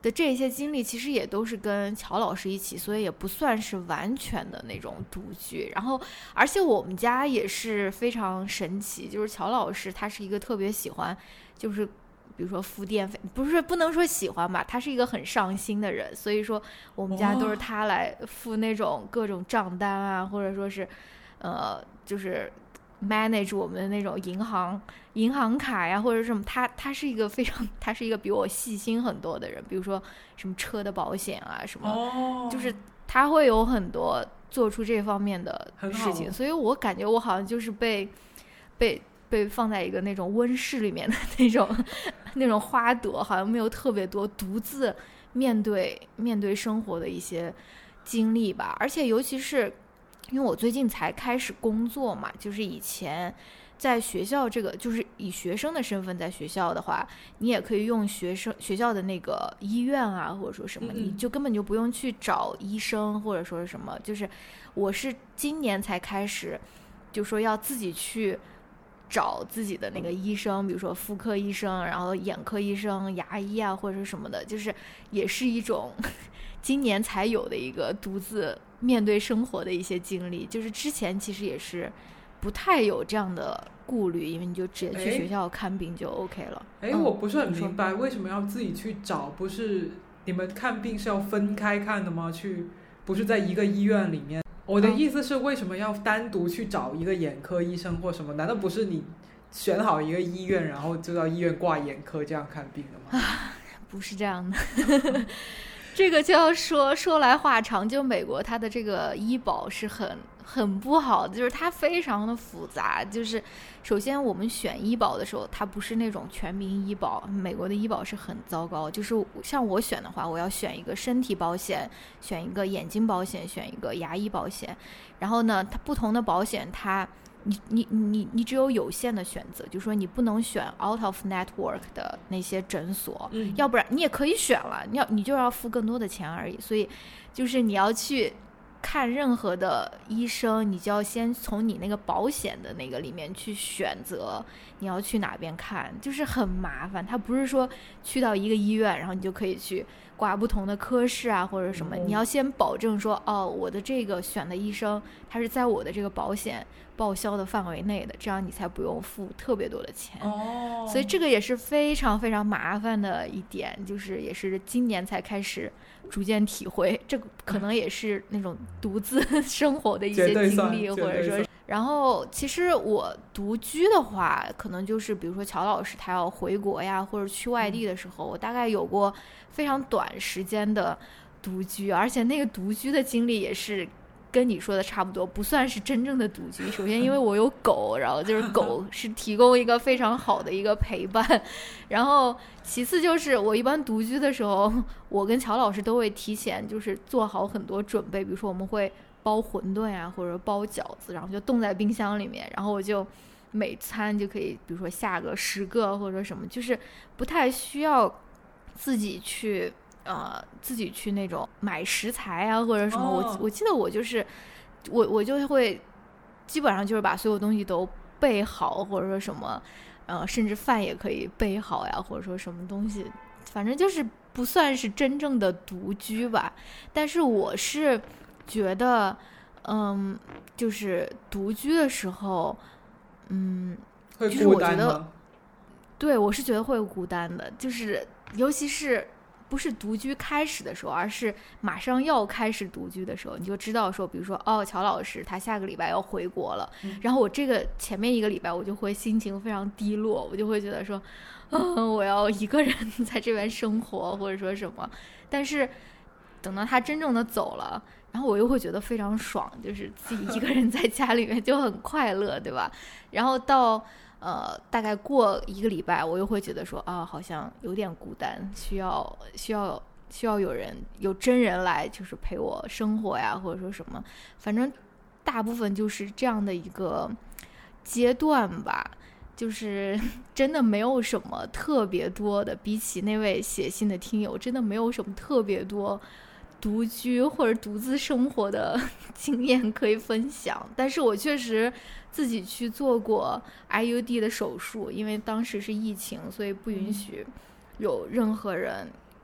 的这些经历其实也都是跟乔老师一起，所以也不算是完全的那种独居。然后而且我们家也是非常神奇，就是乔老师他是一个特别喜欢就是比如说付电费，不能说喜欢吧，他是一个很上心的人，所以说我们家都是他来付那种各种账单啊，或者说是就是manage 我们的那种银行卡呀，或者什么，他是一个比我细心很多的人，比如说什么车的保险啊什么，就是他会有很多做出这方面的事情，所以我感觉我好像就是被放在一个那种温室里面的那种花朵，好像没有特别多独自面对生活的一些经历吧。而且尤其是因为我最近才开始工作嘛，就是以前在学校这个就是以学生的身份在学校的话，你也可以用学校的那个医院啊，或者说什么，你就根本就不用去找医生或者说是什么。就是我是今年才开始就说要自己去找自己的那个医生，比如说妇科医生，然后眼科医生、牙医啊或者什么的，就是也是一种今年才有的一个独自面对生活的一些经历。就是之前其实也是不太有这样的顾虑，因为你就直接去学校看病就 OK 了。 我不是很明白为什么要自己去找，不是你们看病是要分开看的吗？不是在一个医院里面？我的意思是为什么要单独去找一个眼科医生或什么？难道不是你选好一个医院然后就到医院挂眼科这样看病的吗？ 不是这样的这个就要说来话长，就美国它的这个医保是很不好的，就是它非常的复杂。就是首先我们选医保的时候，它不是那种全民医保，美国的医保是很糟糕。就是像我选的话，我要选一个身体保险，选一个眼睛保险，选一个牙医保险。然后呢，它不同的保险你只有有限的选择，就是说你不能选 out of network 的那些诊所，要不然你也可以选了，你就要付更多的钱而已。所以就是你要去看任何的医生，你就要先从你那个保险的那个里面去选择你要去哪边看，就是很麻烦。它不是说去到一个医院然后你就可以去挂不同的科室啊或者什么，你要先保证说我的这个选的医生他是在我的这个保险报销的范围内的，这样你才不用付特别多的钱。所以这个也是非常非常麻烦的一点，就是也是今年才开始逐渐体会，这个可能也是那种独自生活的一些经历，或者说然后其实我独居的话，可能就是比如说乔老师他要回国呀或者去外地的时候，我大概有过非常短时间的独居，而且那个独居的经历也是跟你说的差不多，不算是真正的独居。首先因为我有狗，然后就是狗是提供一个非常好的一个陪伴，然后其次就是我一般独居的时候，我跟乔老师都会提前就是做好很多准备，比如说我们会包馄饨啊或者包饺子，然后就冻在冰箱里面，然后我就每餐就可以比如说下个10个或者什么，就是不太需要自己去那种买食材啊或者什么。我记得我就是我就会基本上就是把所有东西都备好，或者说什么甚至饭也可以备好呀，或者说什么东西，反正就是不算是真正的独居吧。但是我是觉得就是独居的时候会孤单吗？ 对，我是觉得会孤单的，就是尤其是不是独居开始的时候，而是马上要开始独居的时候，你就知道说比如说乔老师他下个礼拜要回国了，然后我这个前面一个礼拜我就会心情非常低落，我就会觉得说我要一个人在这边生活或者说什么。但是等到他真正的走了，然后我又会觉得非常爽，就是自己一个人在家里面就很快乐，对吧？然后到大概过一个礼拜，我又会觉得说好像有点孤单，需要有真人来就是陪我生活呀，或者说什么，反正大部分就是这样的一个阶段吧。就是真的没有什么特别多的，比起那位写信的听友，真的没有什么特别多独居或者独自生活的经验可以分享。但是我确实自己去做过 IUD 的手术，因为当时是疫情，所以不允许有任何人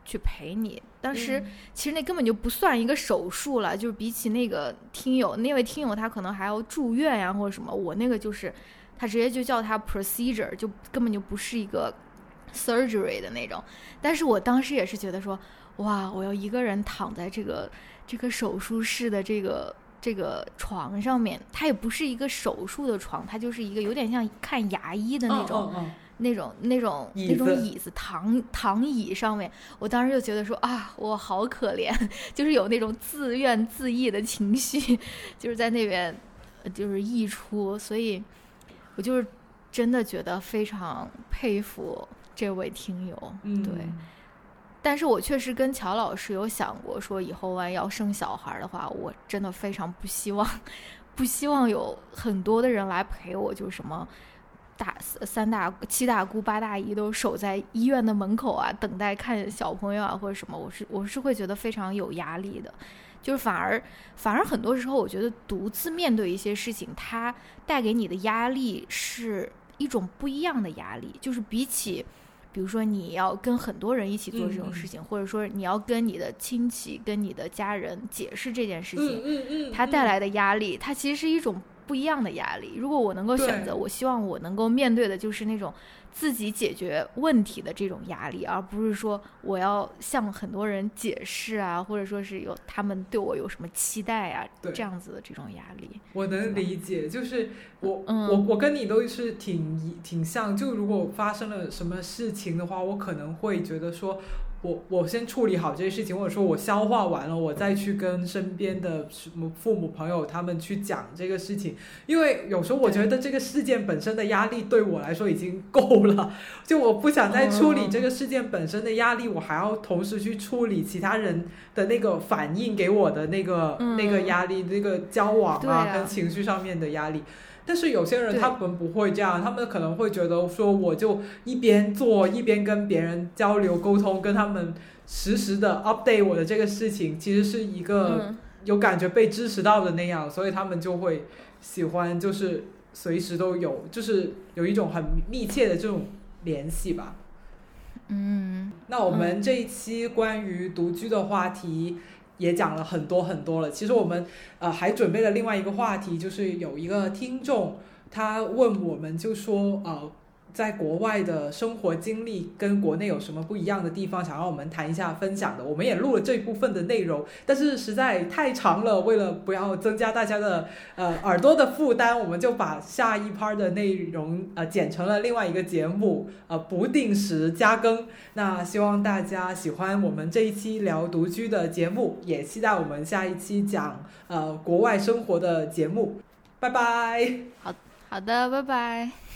去陪你。当时其实那根本就不算一个手术了，就是比起那个那位听友他可能还要住院呀或者什么，我那个就是他直接就叫他 procedure， 就根本就不是一个 surgery 的那种。但是我当时也是觉得说，哇，我要一个人躺在这个手术室的这个床上面，它也不是一个手术的床，它就是一个有点像看牙医的那种那种椅子，躺椅上面。我当时就觉得说啊，我好可怜，就是有那种自怨自艾的情绪就是在那边就是溢出，所以我就是真的觉得非常佩服这位听友。对，但是我确实跟乔老师有想过说，以后万一要生小孩的话，我真的非常不希望有很多的人来陪我，就是什么三大七大姑八大姨都守在医院的门口啊，等待看小朋友啊或者什么，我是会觉得非常有压力的。就是反而很多时候我觉得独自面对一些事情，它带给你的压力是一种不一样的压力，就是比如说你要跟很多人一起做这种事情，或者说你要跟你的亲戚跟你的家人解释这件事情，它带来的压力，它其实是一种不一样的压力。如果我能够选择，我希望我能够面对的就是那种自己解决问题的这种压力，而不是说我要向很多人解释啊，或者说是他们对我有什么期待啊，这样子的这种压力。 我能理解，就是我跟你都是挺像，就如果发生了什么事情的话，我可能会觉得说我先处理好这些事情，或者说我消化完了，我再去跟身边的什么父母朋友他们去讲这个事情。因为有时候我觉得这个事件本身的压力对我来说已经够了，就我不想再处理这个事件本身的压力，我还要同时去处理其他人的那个反应给我的那个压力，那个交往跟情绪上面的压力。但是有些人他们不会这样，他们可能会觉得说，我就一边做一边跟别人交流沟通，跟他们实时的 update 我的这个事情，其实是一个有感觉被支持到的那样，所以他们就会喜欢就是随时都有，就是有一种很密切的这种联系吧。那我们这一期关于独居的话题也讲了很多很多了。其实我们还准备了另外一个话题，就是有一个听众他问我们，就说在国外的生活经历跟国内有什么不一样的地方，想让我们谈一下分享的。我们也录了这一部分的内容，但是实在太长了，为了不要增加大家的耳朵的负担，我们就把下一 part 的内容剪成了另外一个节目，不定时加更。那希望大家喜欢我们这一期聊独居的节目，也期待我们下一期讲国外生活的节目。拜拜。 好的，拜拜。